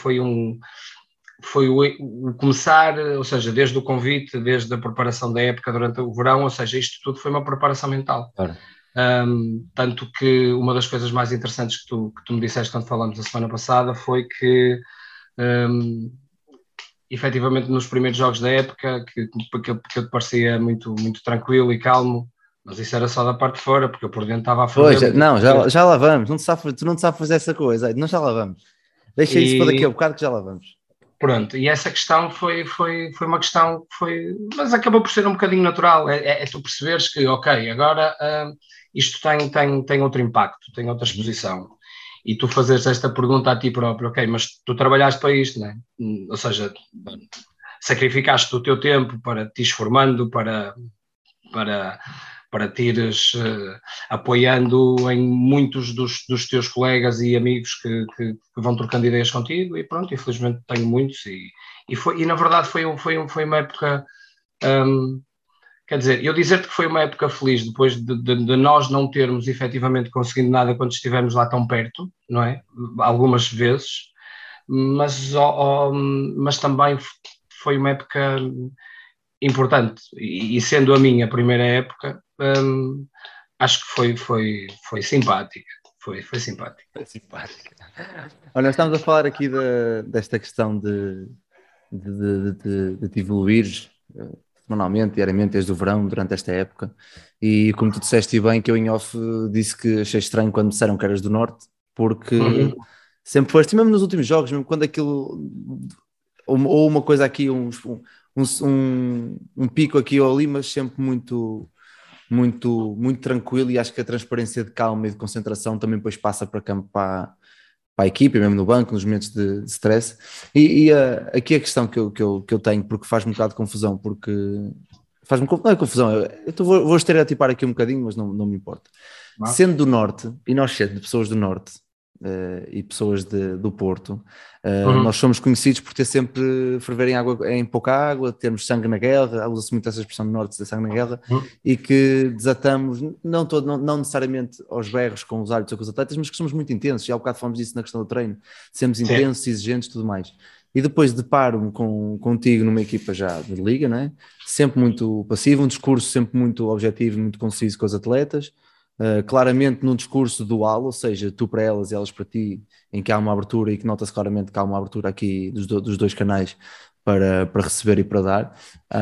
o começar, ou seja, desde o convite, desde a preparação da época durante o verão, ou seja, isto tudo foi uma preparação mental. Claro. Tanto que uma das coisas mais interessantes que tu me disseste quando falamos a semana passada foi que efetivamente nos primeiros jogos da época que eu te parecia muito, muito tranquilo e calmo, mas isso era só da parte de fora, porque eu por dentro estava a fazer. Pois, não, já lá vamos, tu não sabes fazer essa coisa, nós já lá vamos. Deixa isso para daqui a bocado que já lá vamos. Pronto, e essa questão foi uma questão que foi, mas acabou por ser um bocadinho natural, é tu perceberes que, ok, agora isto tem outro impacto, tem outra exposição, e tu fazeres esta pergunta a ti próprio, ok, mas tu trabalhaste para isto, não é? Ou seja, sacrificaste o teu tempo para te ires formando, para te ires apoiando em muitos dos teus colegas e amigos que vão trocando ideias contigo, e pronto, infelizmente tenho muitos, e na verdade foi uma época, quer dizer, eu dizer-te que foi uma época feliz depois de nós não termos efetivamente conseguido nada quando estivemos lá tão perto, não é? Algumas vezes, mas também foi uma época importante, e sendo a minha primeira época, acho que foi simpática. Foi simpática. Foi simpática. Olha, nós estamos a falar aqui desta questão de te evoluires semanalmente, diariamente, desde o verão, durante esta época, e como tu disseste bem, que eu em off disse que achei estranho quando me disseram que eras do Norte, porque sempre foste, mesmo nos últimos jogos, mesmo quando aquilo, ou uma coisa aqui, um pico aqui ou ali, mas sempre muito tranquilo, e acho que a transparência de calma e de concentração também depois passa para campo, para a equipa, mesmo no banco, nos momentos de stress. E aqui a questão que eu tenho, porque faz-me um bocado de confusão, porque faz-me não é confusão, vou estereotipar aqui um bocadinho, mas não me importa. Sendo do Norte, e nós sendo de pessoas do Norte e pessoas do Porto, nós somos conhecidos por ter sempre ferver em pouca água, termos sangue na guerra, usa-se muito essa expressão do Norte, ter sangue na guerra, e que desatamos, não necessariamente aos berros com os árbitros ou com os atletas, mas que somos muito intensos, já há bocado falamos disso na questão do treino, sermos intensos, exigentes e tudo mais. E depois deparo-me contigo numa equipa já de liga, não é? Sempre muito passivo, um discurso sempre muito objetivo, muito conciso com os atletas, claramente num discurso dual, ou seja, tu para elas e elas para ti, em que há uma abertura e que nota-se claramente que há uma abertura aqui dos dois canais para receber e para dar.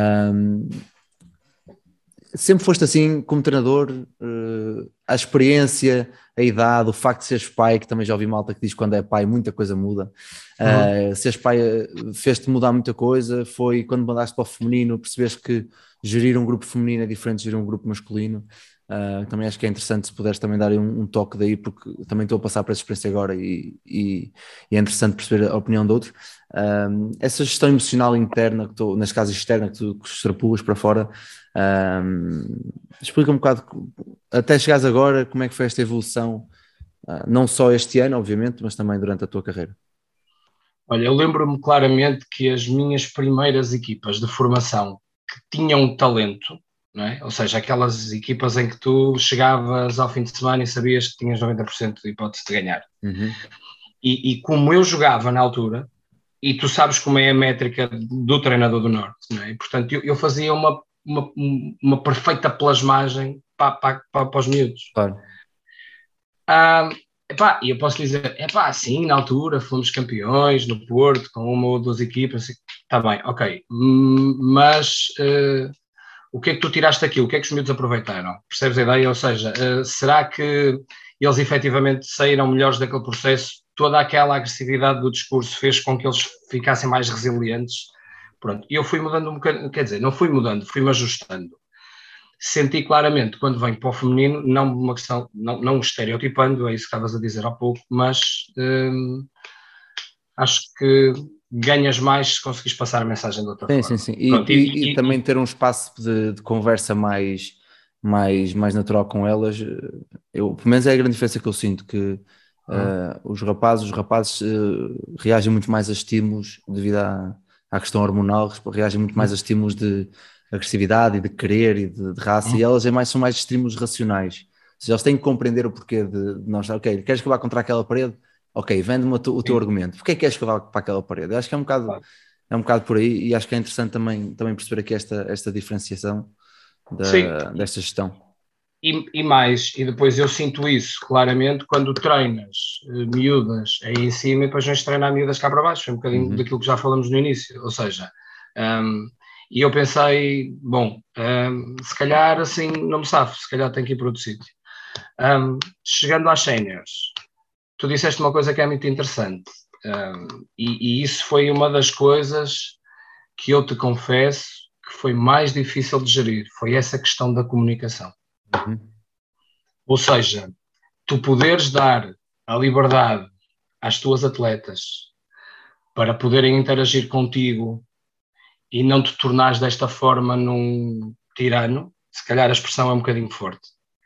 Sempre foste assim como treinador, a experiência, a idade, o facto de seres pai, que também já ouvi malta que diz que quando é pai muita coisa muda, seres pai fez-te mudar muita coisa, foi quando mandaste para o feminino, percebeste que gerir um grupo feminino é diferente de gerir um grupo masculino. Também acho que é interessante se puderes também dar um toque daí, porque também estou a passar por essa experiência agora e é interessante perceber a opinião de outros. Essa gestão emocional interna, neste caso externa, que tu extrapolas para fora, explica um bocado, até chegares agora, como é que foi esta evolução, não só este ano, obviamente, mas também durante a tua carreira. Olha, eu lembro-me claramente que as minhas primeiras equipas de formação que tinham talento, não é? Ou seja, aquelas equipas em que tu chegavas ao fim de semana e sabias que tinhas 90% de hipótese de ganhar. E como eu jogava na altura, e tu sabes como é a métrica do treinador do Norte, não é? E, portanto, eu fazia uma perfeita plasmagem para os miúdos. Claro. E eu posso dizer, sim, na altura fomos campeões no Porto, com uma ou duas equipas, está bem, ok, mas o que é que tu tiraste daquilo? O que é que os miúdos aproveitaram? Percebes a ideia? Ou seja, será que eles efetivamente saíram melhores daquele processo? Toda aquela agressividade do discurso fez com que eles ficassem mais resilientes? Pronto, e eu fui mudando um bocadinho, quer dizer, não fui mudando, fui-me ajustando. Senti claramente, quando venho para o feminino, não uma questão, não estereotipando, é isso que estavas a dizer há pouco, mas acho que ganhas mais se conseguires passar a mensagem de outra forma. Sim. E também ter um espaço de conversa mais natural com elas, pelo menos é a grande diferença que eu sinto, que os rapazes reagem muito mais a estímulos devido à questão hormonal, reagem muito mais a estímulos de agressividade e de querer e de raça, e elas são mais estímulos racionais. Ou seja, eles têm que compreender o porquê de nós, ok, queres que eu vá contra aquela parede? Ok, vende-me o teu argumento. Porquê é que queres que eu vá para aquela parede? Eu acho que é um bocado por aí, e acho que é interessante também perceber aqui esta diferenciação desta gestão. E depois eu sinto isso claramente quando treinas miúdas aí em cima e depois vens treinar miúdas cá para baixo, é um bocadinho daquilo que já falamos no início, ou seja, e eu pensei, se calhar assim não me safo, se calhar tenho que ir para outro sítio. Chegando às séniores, tu disseste uma coisa que é muito interessante, e isso foi uma das coisas que eu te confesso que foi mais difícil de gerir, foi essa questão da comunicação. Ou seja, tu poderes dar a liberdade às tuas atletas para poderem interagir contigo e não te tornares desta forma num tirano, se calhar a expressão é um bocadinho forte,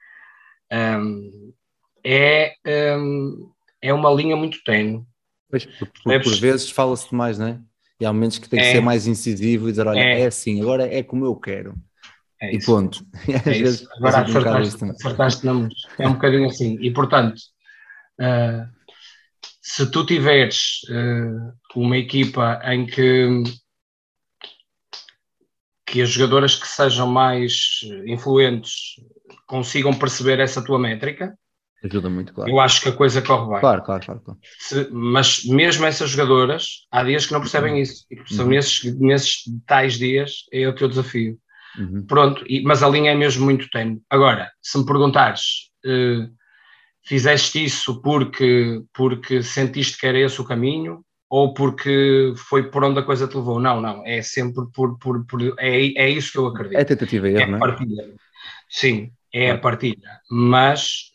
é uma linha muito tenue. Pois, por vezes fala-se demais, não é? E há momentos que tem que ser mais incisivo e dizer, olha, é assim, agora é como eu quero. E ponto. E às vezes, agora acertaste na música. É um bocadinho assim. E, portanto, se tu tiveres uma equipa em que as jogadoras que sejam mais influentes consigam perceber essa tua métrica, ajuda muito, claro. Eu acho que a coisa corre bem. Claro. Mas mesmo essas jogadoras, há dias que não percebem isso. E são nesses tais dias é o teu desafio. Pronto, mas a linha é mesmo muito tenue. Agora, se me perguntares, fizeste isso porque sentiste que era esse o caminho ou porque foi por onde a coisa te levou? Não, é sempre é isso que eu acredito. É tentativa e erro, não é? Partilha. Sim, é a partilha, mas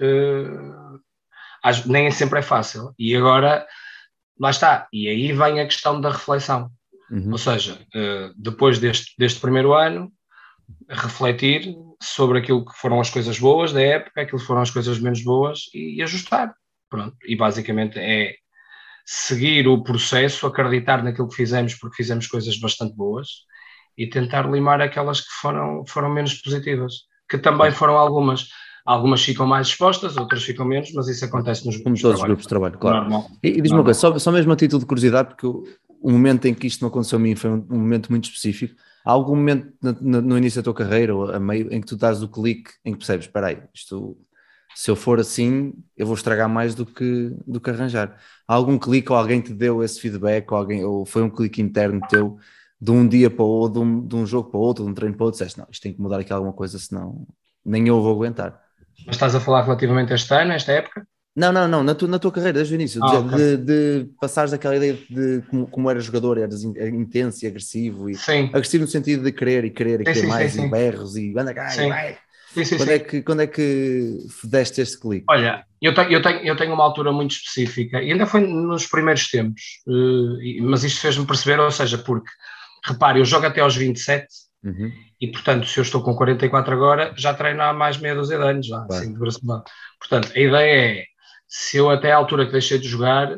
nem sempre é fácil. E agora, lá está, e aí vem a questão da reflexão. Ou seja, depois deste primeiro ano, refletir sobre aquilo que foram as coisas boas da época, aquilo que foram as coisas menos boas e ajustar. Pronto. E basicamente é seguir o processo, acreditar naquilo que fizemos, porque fizemos coisas bastante boas, e tentar limar aquelas que foram menos positivas, que também foram algumas. Algumas ficam mais expostas, outras ficam menos, mas isso acontece nos grupos de trabalho. Como todos os grupos de trabalho, claro. Normal. E diz-me uma coisa, só mesmo a título de curiosidade, porque o momento em que isto me aconteceu a mim foi um momento muito específico. Há algum momento no início da tua carreira, ou a meio, em que tu dás o clique, em que percebes, espera aí, isto, se eu for assim, eu vou estragar mais do que arranjar. Há algum clique, ou alguém te deu esse feedback, ou foi um clique interno teu, de um dia para o outro, de um jogo para o outro, de um treino para o outro, disseste, não, isto tem que mudar aqui alguma coisa, senão nem eu vou aguentar. Mas estás a falar relativamente a este ano, esta época? Não, na tua carreira, desde o início, okay. de passares daquela ideia de como eras jogador, eras intenso e agressivo, e sim. Agressivo no sentido de querer sim, mais, sim. E berros, e anda cá, sim. vai. Sim. Quando é que deste este clique? Olha, eu tenho uma altura muito específica, e ainda foi nos primeiros tempos, mas isto fez-me perceber, ou seja, porque, repare, eu jogo até aos 27, e portanto, se eu estou com 44 agora, já treino há mais meia dúzia de anos, já, assim, de braço de mão. Portanto, a ideia é, se eu até à altura que deixei de jogar,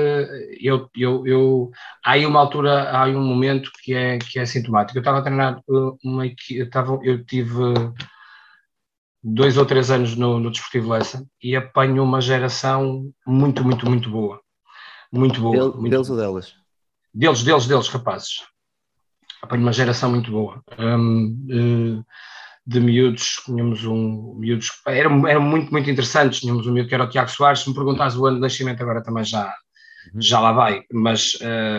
há aí uma altura, há aí um momento que é sintomático. Eu estava a treinar eu tive 2 ou 3 anos no Desportivo Lessa e apanho uma geração muito boa. Muito boa. Deles ou delas? Deles, rapazes. Apanho uma geração muito boa. De miúdos, tínhamos miúdos que eram muito interessantes. Tínhamos um miúdo que era o Tiago Soares. Se me perguntares o ano de nascimento, agora também já lá vai. Mas,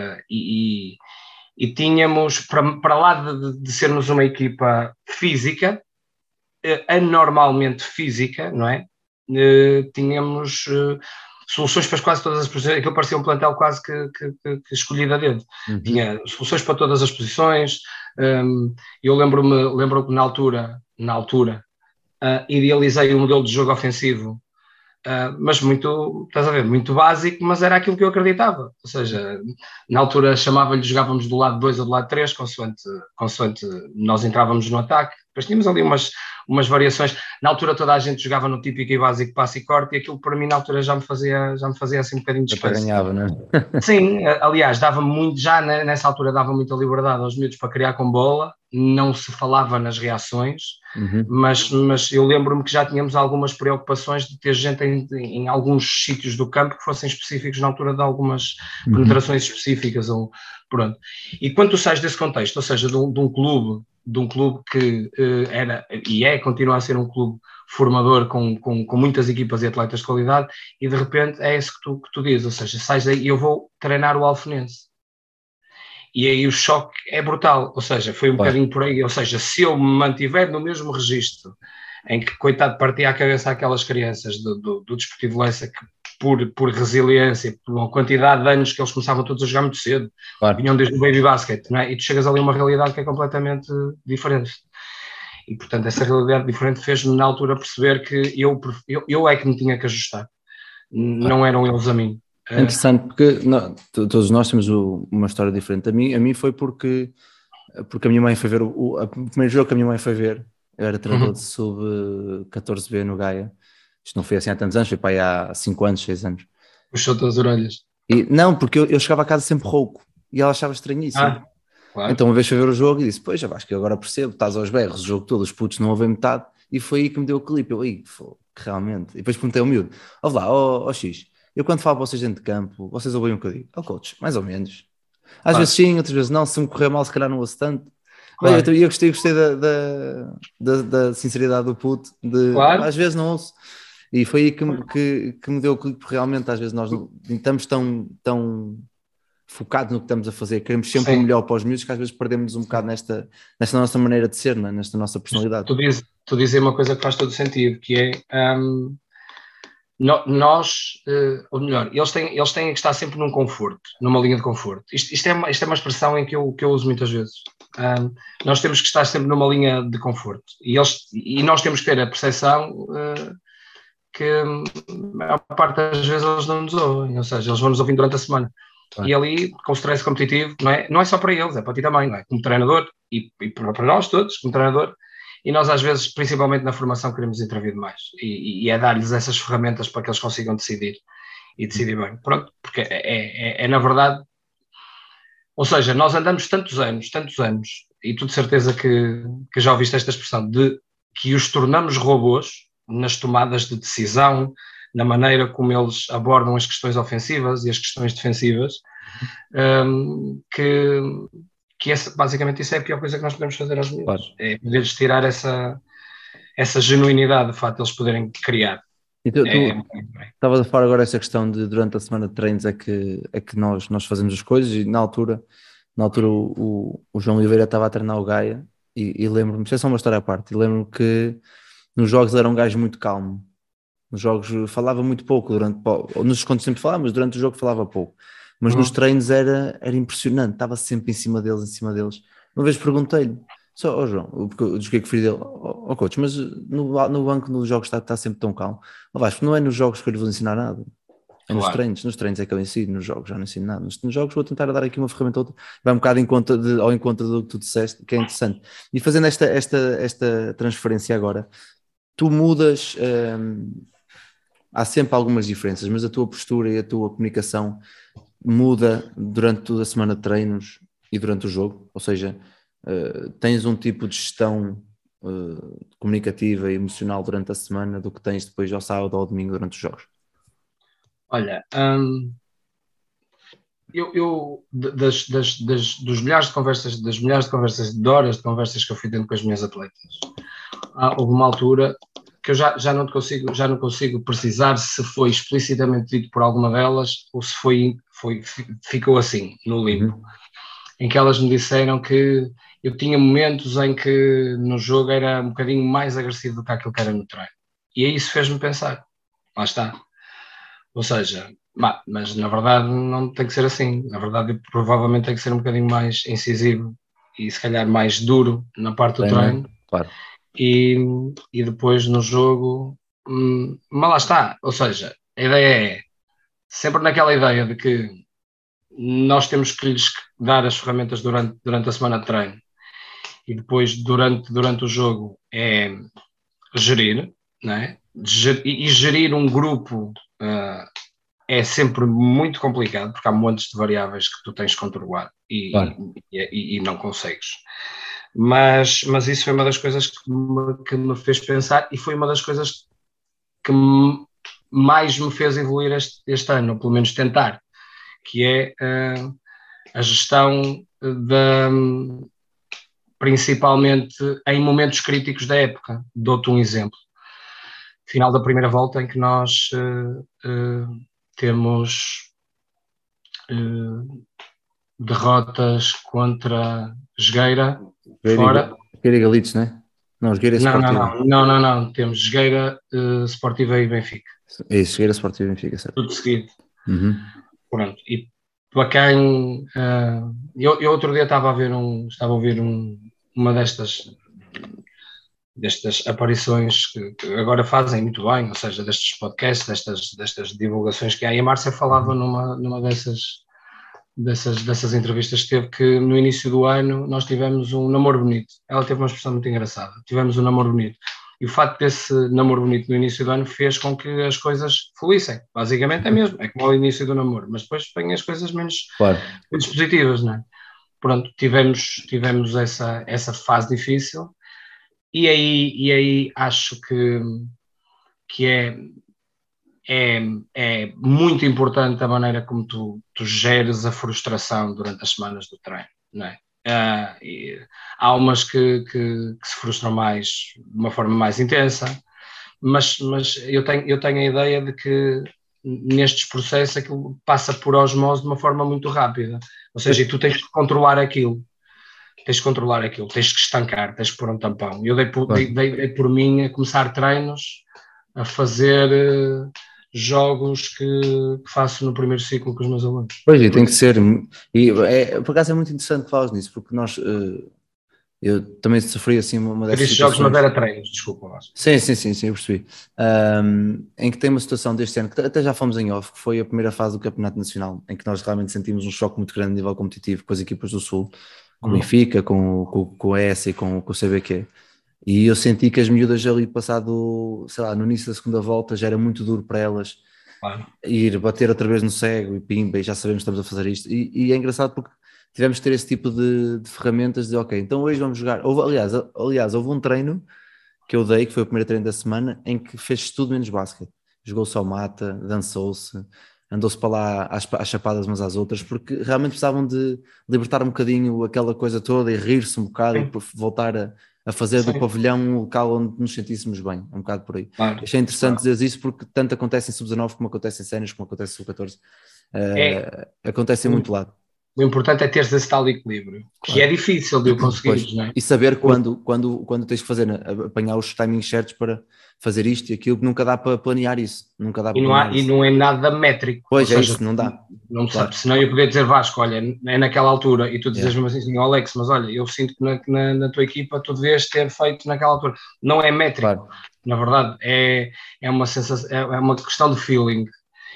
e tínhamos, para lá de sermos uma equipa física, anormalmente física, não é? Tínhamos soluções para quase todas as posições. Aquilo parecia um plantel quase que escolhido a dedo. Tinha soluções para todas as posições. Eu lembro que na altura idealizei um modelo de jogo ofensivo, mas estás a ver, muito básico, mas era aquilo que eu acreditava. Ou seja, na altura jogávamos do lado 2 ou do lado 3, consoante nós entrávamos no ataque. Depois tínhamos ali umas variações. Na altura toda a gente jogava no típico e básico passe e corte, e aquilo para mim na altura já me fazia assim um bocadinho de espécie. Ganhava, não é? Sim, aliás, nessa altura dava muita liberdade aos miúdos para criar com bola, não se falava nas reações, mas eu lembro-me que já tínhamos algumas preocupações de ter gente em alguns sítios do campo que fossem específicos na altura de algumas penetrações específicas. Pronto. E quando tu sais desse contexto, ou seja, de um clube que era e continua a ser um clube formador com muitas equipas e atletas de qualidade, e de repente é isso que tu dizes, ou seja, sais daí e eu vou treinar o Alfenense. E aí o choque é brutal, ou seja, foi um bocadinho por aí, ou seja, se eu me mantiver no mesmo registro em que, coitado, partia a cabeça aquelas crianças do Desportivo Lessa que por resiliência, por uma quantidade de anos que eles começavam todos a jogar muito cedo, vinham desde o baby basket, não é? E tu chegas ali a uma realidade que é completamente diferente. E, portanto, essa realidade diferente fez-me, na altura, perceber que eu é que me tinha que ajustar. Não eram eles a mim. É interessante, porque todos nós temos uma história diferente. A mim foi porque a minha mãe foi ver o primeiro jogo que a minha mãe foi ver. Eu era treinador de sub-14B no Gaia. Isto não foi assim há tantos anos, foi para aí há 5 anos, 6 anos. Puxou-te as orelhas. Não, porque eu chegava a casa sempre rouco e ela achava estranhíssimo. Claro. Então uma vez foi ver o jogo e disse, pois, já acho que agora percebo, estás aos berros, o jogo todo, os putos não ouvem metade, e foi aí que me deu o clipe. Eu, realmente. E depois perguntei ao miúdo, ouve lá, X, eu quando falo para vocês dentro de campo, vocês ouvem um bocadinho? Coach, mais ou menos. Às vezes sim, outras vezes não, se me correr mal se calhar não ouço tanto. Claro. Bem, eu gostei da sinceridade do puto, às vezes não ouço. E foi aí que me deu o clique, porque realmente às vezes nós estamos tão focados no que estamos a fazer, queremos sempre o melhor para os miúdos, que às vezes perdemos um bocado nesta nossa maneira de ser, nesta nossa personalidade. Tu dizes uma coisa que faz todo sentido, que é nós, ou melhor, eles têm que estar sempre num conforto, numa linha de conforto. Isto é uma expressão em que eu uso muitas vezes. Nós temos que estar sempre numa linha de conforto, e nós temos que ter a percepção que a maior parte das vezes eles não nos ouvem, ou seja, eles vão nos ouvir durante a semana. E ali, com o stress competitivo, não é só para eles, é para ti também, não é? Como treinador, e para nós todos, como treinador, e nós às vezes, principalmente na formação, queremos intervir mais e é dar-lhes essas ferramentas para que eles consigam decidir e decidir bem. Pronto, porque é na verdade, ou seja, nós andamos tantos anos, e tu de certeza que já ouviste esta expressão, de que os tornamos robôs nas tomadas de decisão, na maneira como eles abordam as questões ofensivas e as questões defensivas, basicamente isso é a pior coisa que nós podemos fazer aos miúdos. Claro. É poder-lhes tirar essa genuinidade, de facto, eles poderem criar. E tu estavas a falar agora essa questão de durante a semana de treinos é que nós fazemos as coisas, e na altura o João Oliveira estava a treinar o Gaia e lembro-me, isto é só uma história à parte, e lembro-me que nos jogos ele era um gajo muito calmo, nos jogos falava muito pouco, nos contos sempre falava, mas durante o jogo falava pouco, mas nos treinos era impressionante, estava sempre em cima deles. Uma vez perguntei-lhe, João, porque eu joguei com o filho dele, coach, mas no banco nos jogos está sempre tão calmo. Vasco, não é nos jogos que eu lhe vou ensinar nada, é claro. Nos treinos é que eu ensino, nos jogos já não ensino nada, nos jogos vou tentar dar aqui uma ferramenta ou outra, vai um bocado ao encontro do que tu disseste, que é interessante. E fazendo esta transferência agora, tu mudas, há sempre algumas diferenças, mas a tua postura e a tua comunicação muda durante toda a semana de treinos e durante o jogo, ou seja, tens um tipo de gestão comunicativa e emocional durante a semana do que tens depois ao sábado ou ao domingo durante os jogos? Olha, dos milhares de conversas, de horas de conversas que eu fui tendo com as minhas atletas, houve uma altura que eu já não consigo precisar se foi explicitamente dito por alguma delas ou se ficou assim, no limbo, em que elas me disseram que eu tinha momentos em que no jogo era um bocadinho mais agressivo do que aquilo que era no treino. E aí isso fez-me pensar, lá está. Ou seja, mas na verdade não tem que ser assim. Na verdade, provavelmente tem que ser um bocadinho mais incisivo e se calhar mais duro na parte do treino. Claro. E depois no jogo, mas lá está. Ou seja, a ideia é sempre naquela ideia de que nós temos que lhes dar as ferramentas durante a semana de treino e depois durante o jogo é gerir, não é? E gerir um grupo é sempre muito complicado porque há montes de variáveis que tu tens de controlar e não consegues. Mas isso foi uma das coisas que me fez pensar e foi uma das coisas que mais me fez evoluir este ano, ou pelo menos tentar, que é a gestão principalmente em momentos críticos da época. Dou-te um exemplo. Final da primeira volta em que nós temos derrotas contra Jogueira fora. Jogueira e Galitos, não é? Não, Jogueira Sportiva. Não. Temos Jogueira, Sportiva e Benfica. É isso, Jogueira, Sportiva e Benfica, certo. Tudo seguido. Pronto. E para quem... eu outro dia estava a ouvir uma destas aparições que agora fazem muito bem, ou seja, destes podcasts, destas divulgações que há. E a Márcia falava numa dessas entrevistas que teve, que no início do ano nós tivemos um namoro bonito. Ela teve uma expressão muito engraçada. Tivemos um namoro bonito. E o facto desse namoro bonito no início do ano fez com que as coisas fluíssem. Basicamente é mesmo, é como ao início do namoro, mas depois vêm as coisas menos positivas, não é? Pronto, tivemos essa fase difícil e aí acho que é muito importante a maneira como tu geres a frustração durante as semanas do treino, não é? Há umas que se frustram mais, de uma forma mais intensa, mas eu tenho a ideia de que nestes processos aquilo passa por osmose de uma forma muito rápida, ou seja, e tu tens que controlar aquilo, tens que estancar, tens que pôr um tampão. Eu dei por mim a começar treinos, a fazer jogos que faço no primeiro ciclo com os meus alunos. Pois, e tem que ser, e por acaso é muito interessante que falas nisso, porque eu também sofri assim uma dessas situações. Jogos, mas era treinos, desculpa. Sim, eu percebi. Em que tem uma situação deste ano, que até já fomos em off, que foi a primeira fase do Campeonato Nacional, em que nós realmente sentimos um choque muito grande a nível competitivo com as equipas do Sul, com o Benfica, com o ES e com o CBQ. E eu senti que as miúdas ali passado, sei lá, no início da segunda volta já era muito duro para elas Claro. ir bater outra vez no cego e pimba, e já sabemos que estamos a fazer isto. E é engraçado porque tivemos que ter esse tipo de ferramentas de ok, então hoje vamos jogar. Aliás, houve um treino que eu dei, que foi o primeiro treino da semana, em que fez tudo menos basquete. Jogou só mata, dançou-se, andou-se para lá às chapadas umas às outras, porque realmente precisavam de libertar um bocadinho aquela coisa toda e rir-se um bocado e voltar a fazer do pavilhão um local onde nos sentíssemos bem, um bocado por aí. Claro. Achei interessante dizer isso porque tanto acontece em sub-19 como acontece em séniores, como acontece em sub-14. Acontece em muito lado. O importante é ter esse tal equilíbrio, que é difícil de eu conseguir, não é? E saber quando tens que fazer, apanhar os timings certos para fazer isto e aquilo, que nunca dá para planear isso. Nunca dá para E não é nada métrico. Pois é, isso, não dá. Não claro. Senão eu podia dizer, Vasco, olha, é naquela altura, e tu dizes-me assim, Alex, mas olha, eu sinto que na tua equipa tu devias ter feito naquela altura. Não é métrico, claro. Na verdade, é uma sensação, é uma questão de feeling.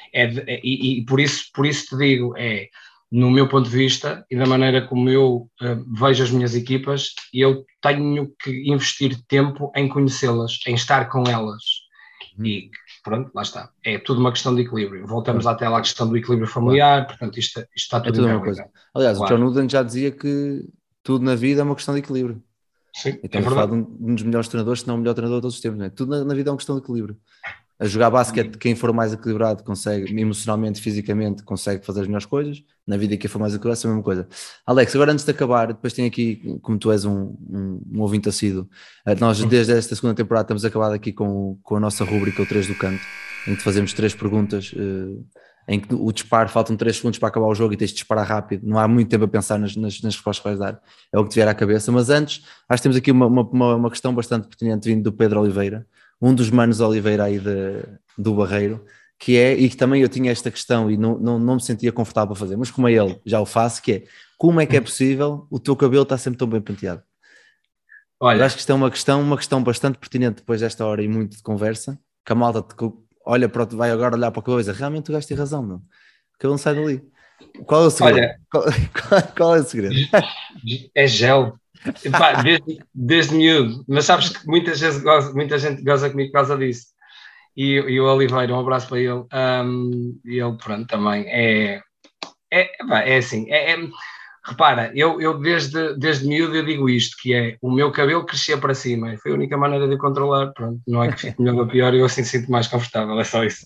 E por isso te digo, no meu ponto de vista e da maneira como eu vejo as minhas equipas, eu tenho que investir tempo em conhecê-las, em estar com elas. E pronto, lá está. É tudo uma questão de equilíbrio. Voltamos até lá à questão do equilíbrio familiar, portanto isto está tudo a mesma coisa. Aliás, claro. O John Wooden já dizia que tudo na vida é uma questão de equilíbrio. Sim, e estamos a falar de um dos melhores treinadores, se não o melhor treinador de todos os tempos. Não é? Tudo na vida é uma questão de equilíbrio. A jogar basquete, quem for mais equilibrado consegue, emocionalmente, fisicamente, consegue fazer as melhores coisas. Na vida, quem for mais equilibrado, é a mesma coisa. Alex, agora antes de acabar, depois tem aqui, como tu és um ouvinte assíduo, nós desde esta segunda temporada temos acabado aqui com a nossa rúbrica, o 3 do canto, em que fazemos 3 perguntas, em que o disparo, faltam 3 segundos para acabar o jogo e tens de disparar rápido, não há muito tempo a pensar nas respostas que vais dar, é o que te vier à cabeça. Mas antes, acho que temos aqui uma questão bastante pertinente vindo do Pedro Oliveira, um dos manos Oliveira aí do Barreiro, que é, e que também eu tinha esta questão e não me sentia confortável para fazer, mas como é ele, já o faço, que é, como é que é possível o teu cabelo estar sempre tão bem penteado? Olha, eu acho que isto é uma questão bastante pertinente depois desta hora e muito de conversa, que a malta olha para, vai agora olhar para a coisa, realmente tu gaste razão, meu. O cabelo não sai dali. Qual é o segredo? Olha, qual é o segredo? É gel. Epá, desde miúdo, mas sabes que muita gente goza comigo por causa disso. E o Oliveira, um abraço para ele. E ele, pronto, também é assim. Repara, eu desde miúdo eu digo isto, que é o meu cabelo crescia para cima. Foi a única maneira de eu controlar. Pronto, não é que fique melhor ou pior, eu assim sinto mais confortável, é só isso.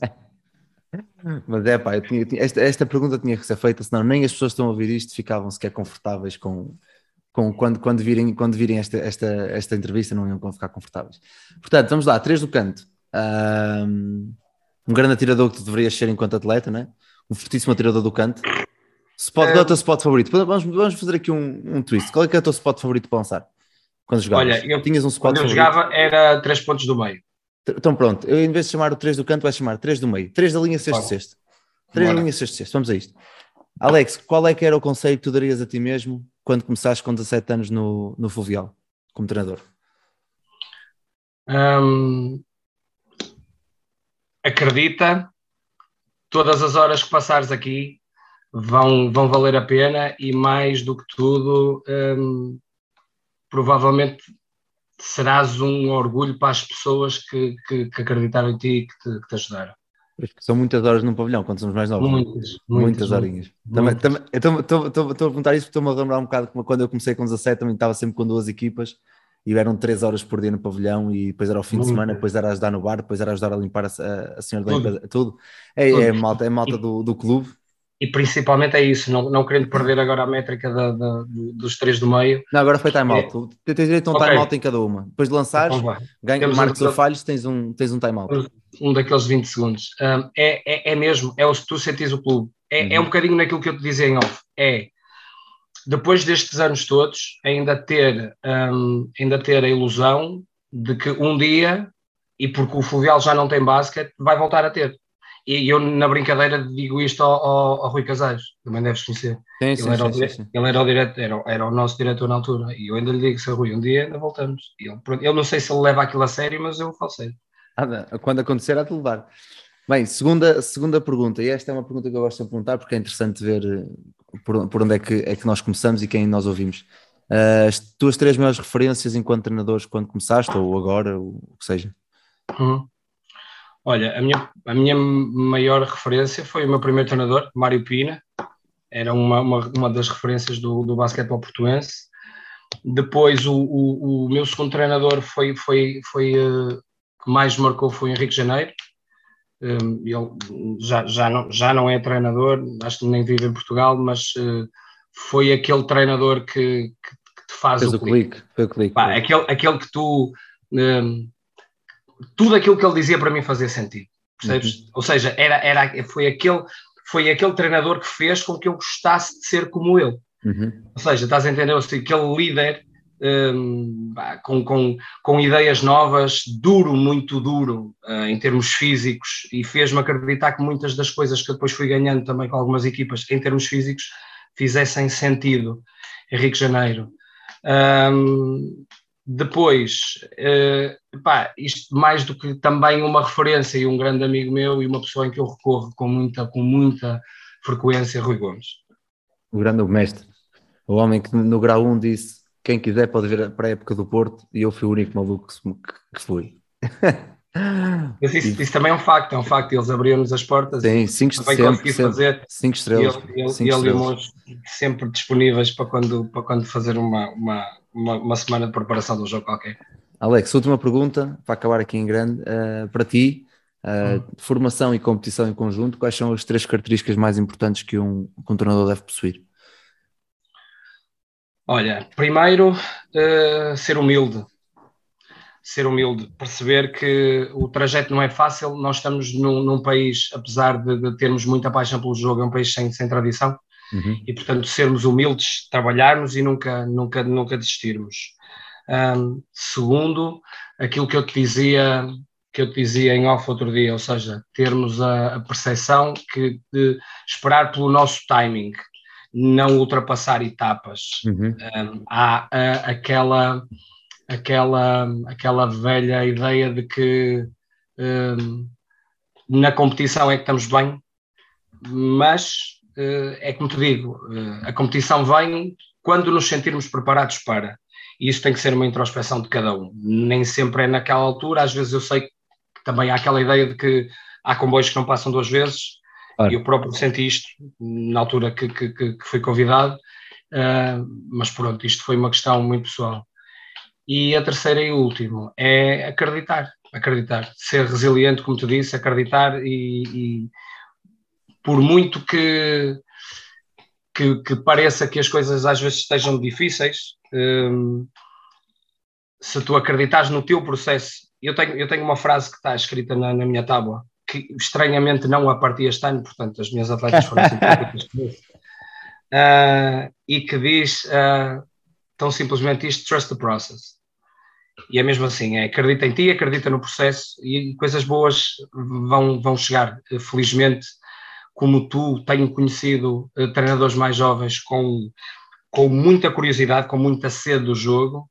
Mas pá, esta pergunta tinha que ser feita, senão nem as pessoas que estão a ouvir isto ficavam sequer confortáveis quando virem esta entrevista, não iam ficar confortáveis. Portanto, vamos lá, 3 do canto. Um grande atirador que tu deverias ser enquanto atleta, né? Um fortíssimo atirador do canto. Qual é o teu spot favorito? Vamos fazer aqui um twist. Qual é que é o teu spot favorito para lançar? Quando jogavas? Olha, tinhas um spot quando eu jogava era 3 pontos do meio. Então pronto, eu em vez de chamar o 3 do canto, vai chamar 3 do meio. 3 da linha sexto-sexto. 3 da linha sexto-sexto, vamos a isto. Alex, qual é que era o conselho que tu darias a ti mesmo quando começaste com 17 anos no Fluvial, como treinador? Acredita, todas as horas que passares aqui vão valer a pena e mais do que tudo, provavelmente serás um orgulho para as pessoas que acreditaram em ti e que te ajudaram. São muitas horas num pavilhão, quando somos mais novos. Muitas horinhas. Estou a perguntar isso porque estou-me a lembrar um bocado como quando eu comecei com 17, também estava sempre com 2 equipas e eram 3 horas por dia no pavilhão e depois era ao fim de semana, depois era a ajudar no bar, depois era a ajudar a limpar a senhora da empresa, tudo. É malta do clube. E principalmente é isso, não querendo perder agora a métrica dos 3 do meio. Não, agora foi time-out. Tu tens direito a um time-out em cada uma. Depois de lançares, marcas ou falhos, tens um time-out. Um daqueles 20 segundos. É mesmo, se tu sentires o clube. É um bocadinho naquilo que eu te dizia em off. Depois destes anos todos, ainda ter a ilusão de que um dia, e porque o Fluvial já não tem basquete, vai voltar a ter. E eu, na brincadeira, digo isto ao Rui Casares, também deves conhecer. Sim. Ele era o nosso diretor na altura, e eu ainda lhe digo, Sr. Rui, um dia ainda voltamos. E eu não sei se ele leva aquilo a sério, mas eu falo sério. Quando acontecer, há de levar. Bem, segunda pergunta, e esta é uma pergunta que eu gosto de perguntar, porque é interessante ver por onde é que nós começamos e quem nós ouvimos. As tuas 3 maiores referências enquanto treinadores quando começaste, ou agora, ou o que seja? Olha, a minha maior referência foi o meu primeiro treinador, Mário Pina. Era uma das referências do basquetebol portuense. Depois o meu segundo treinador que mais marcou foi o Henrique Janeiro. Ele já não é treinador, acho que nem vive em Portugal, mas foi aquele treinador que te faz o clique. Foi o clique. Pá, aquele que tu... tudo aquilo que ele dizia para mim fazia sentido, percebes? Ou seja, foi aquele treinador que fez com que eu gostasse de ser como ele. Ou seja, estás a entender? Aquele líder com ideias novas, muito duro em termos físicos, e fez-me acreditar que muitas das coisas que eu depois fui ganhando também com algumas equipas em termos físicos fizessem sentido. Henrique Janeiro. Depois, isto mais do que também uma referência e um grande amigo meu e uma pessoa em que eu recorro com muita frequência, Rui Gomes. O grande mestre. O homem que no grau 1 disse: quem quiser pode vir para a época do Porto, e eu fui o único maluco que fui. Mas isso também é um facto, eles abriam-nos as portas. Sim, 5 fazer 5 estrelas. E ele e o Monge sempre disponíveis para quando fazer uma semana de preparação de um jogo qualquer. Alex, última pergunta, para acabar aqui em grande. Para ti, formação e competição em conjunto, quais são as 3 características mais importantes que um treinador deve possuir? Olha, primeiro, ser humilde, perceber que o trajeto não é fácil. Nós estamos num país, apesar de termos muita paixão pelo jogo, é um país sem tradição, e portanto sermos humildes, trabalharmos e nunca desistirmos. Segundo, aquilo que eu te dizia em off outro dia, ou seja, termos a percepção de esperar pelo nosso timing, não ultrapassar etapas. Há aquela velha ideia de que na competição é que estamos bem, mas é como te digo, a competição vem quando nos sentirmos preparados para, e isso tem que ser uma introspeção de cada um, nem sempre é naquela altura. Às vezes eu sei que também há aquela ideia de que há comboios que não passam 2 vezes. Claro. Eu próprio senti isto na altura que fui convidado, mas pronto, isto foi uma questão muito pessoal. E a terceira e última é acreditar, ser resiliente, como tu disse, acreditar, e por muito que pareça que as coisas às vezes estejam difíceis, se tu acreditares no teu processo. Eu tenho uma frase que está escrita na minha tábua, que estranhamente não a parti este ano, portanto as minhas atletas foram simples, e que diz tão simplesmente isto: trust the process. E é mesmo assim, acredita em ti, acredita no processo, e coisas boas vão chegar. Felizmente, como tu, tenho conhecido treinadores mais jovens com muita curiosidade, com muita sede do jogo,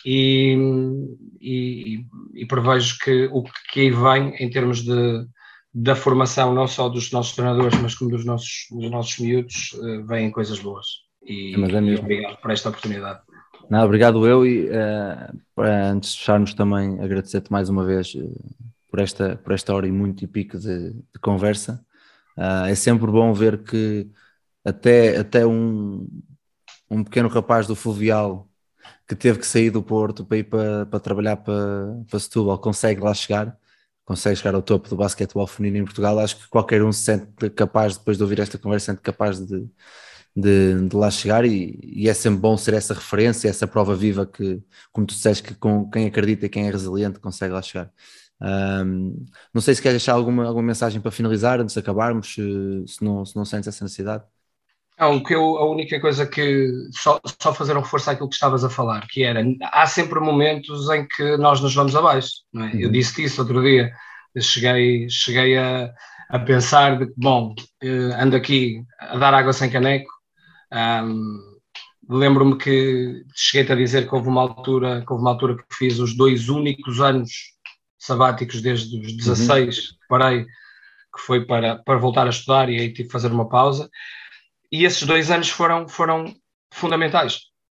e prevejo que o que aí vem em termos da formação, não só dos nossos treinadores, mas como dos nossos miúdos, vêm coisas boas. E obrigado por esta oportunidade. Não, obrigado eu, e antes de fecharmos também agradecer-te mais uma vez por esta hora e muito e pico de conversa. É sempre bom ver que até um pequeno rapaz do Fluvial que teve que sair do Porto para ir para trabalhar para Setúbal consegue lá chegar, consegue chegar ao topo do basquetebol feminino em Portugal. Acho que qualquer um se sente capaz, depois de ouvir esta conversa, sente capaz de lá chegar, e é sempre bom ser essa referência, essa prova viva que, como tu disseste, que com quem acredita e quem é resiliente consegue lá chegar. Não sei se queres deixar alguma mensagem para finalizar antes de acabarmos, se não sentes essa necessidade. Não, a única coisa que só fazer um reforço àquilo que estavas a falar, que era: há sempre momentos em que nós nos vamos abaixo, não é? Eu disse isso outro dia. Eu cheguei a pensar de que, bom, ando aqui a dar água sem caneco. Lembro-me que cheguei-te a dizer que houve uma altura que fiz os 2 únicos anos sabáticos desde os 16 que parei, que foi para voltar a estudar, e aí tive que fazer uma pausa, e esses 2 anos foram fundamentais,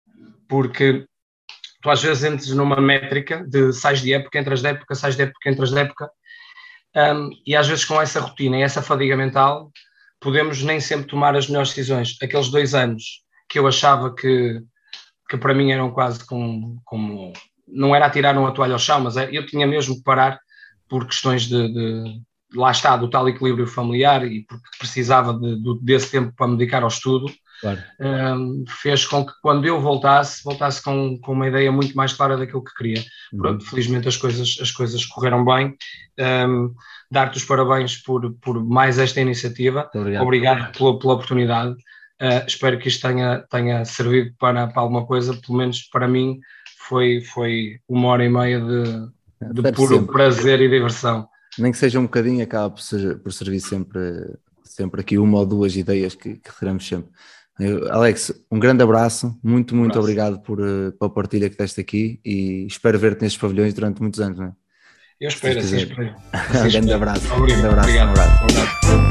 porque tu às vezes entres numa métrica de sais de época, entras de época, sais de época, entras de época, e às vezes com essa rotina e essa fadiga mental podemos nem sempre tomar as melhores decisões. Aqueles 2 anos que eu achava que para mim eram quase como não era atirar uma toalha ao chão, mas eu tinha mesmo que parar por questões de lá está, do tal equilíbrio familiar e porque precisava desse tempo para me dedicar ao estudo. Claro. Fez com que quando eu voltasse com uma ideia muito mais clara daquilo que queria. Pronto, felizmente as coisas correram bem. Dar-te os parabéns por mais esta iniciativa. Obrigado pela oportunidade. Espero que isto tenha servido para alguma coisa, pelo menos para mim foi 1h30 de puro sempre. Prazer e diversão. Nem que seja um bocadinho, acaba por servir sempre aqui 1 ou 2 ideias que teremos sempre. Alex, um grande abraço, muito obrigado pela partilha que deste aqui e espero ver-te nestes pavilhões durante muitos anos, não é? Eu espero, assim espero. Um grande abraço. Obrigado. Um abraço.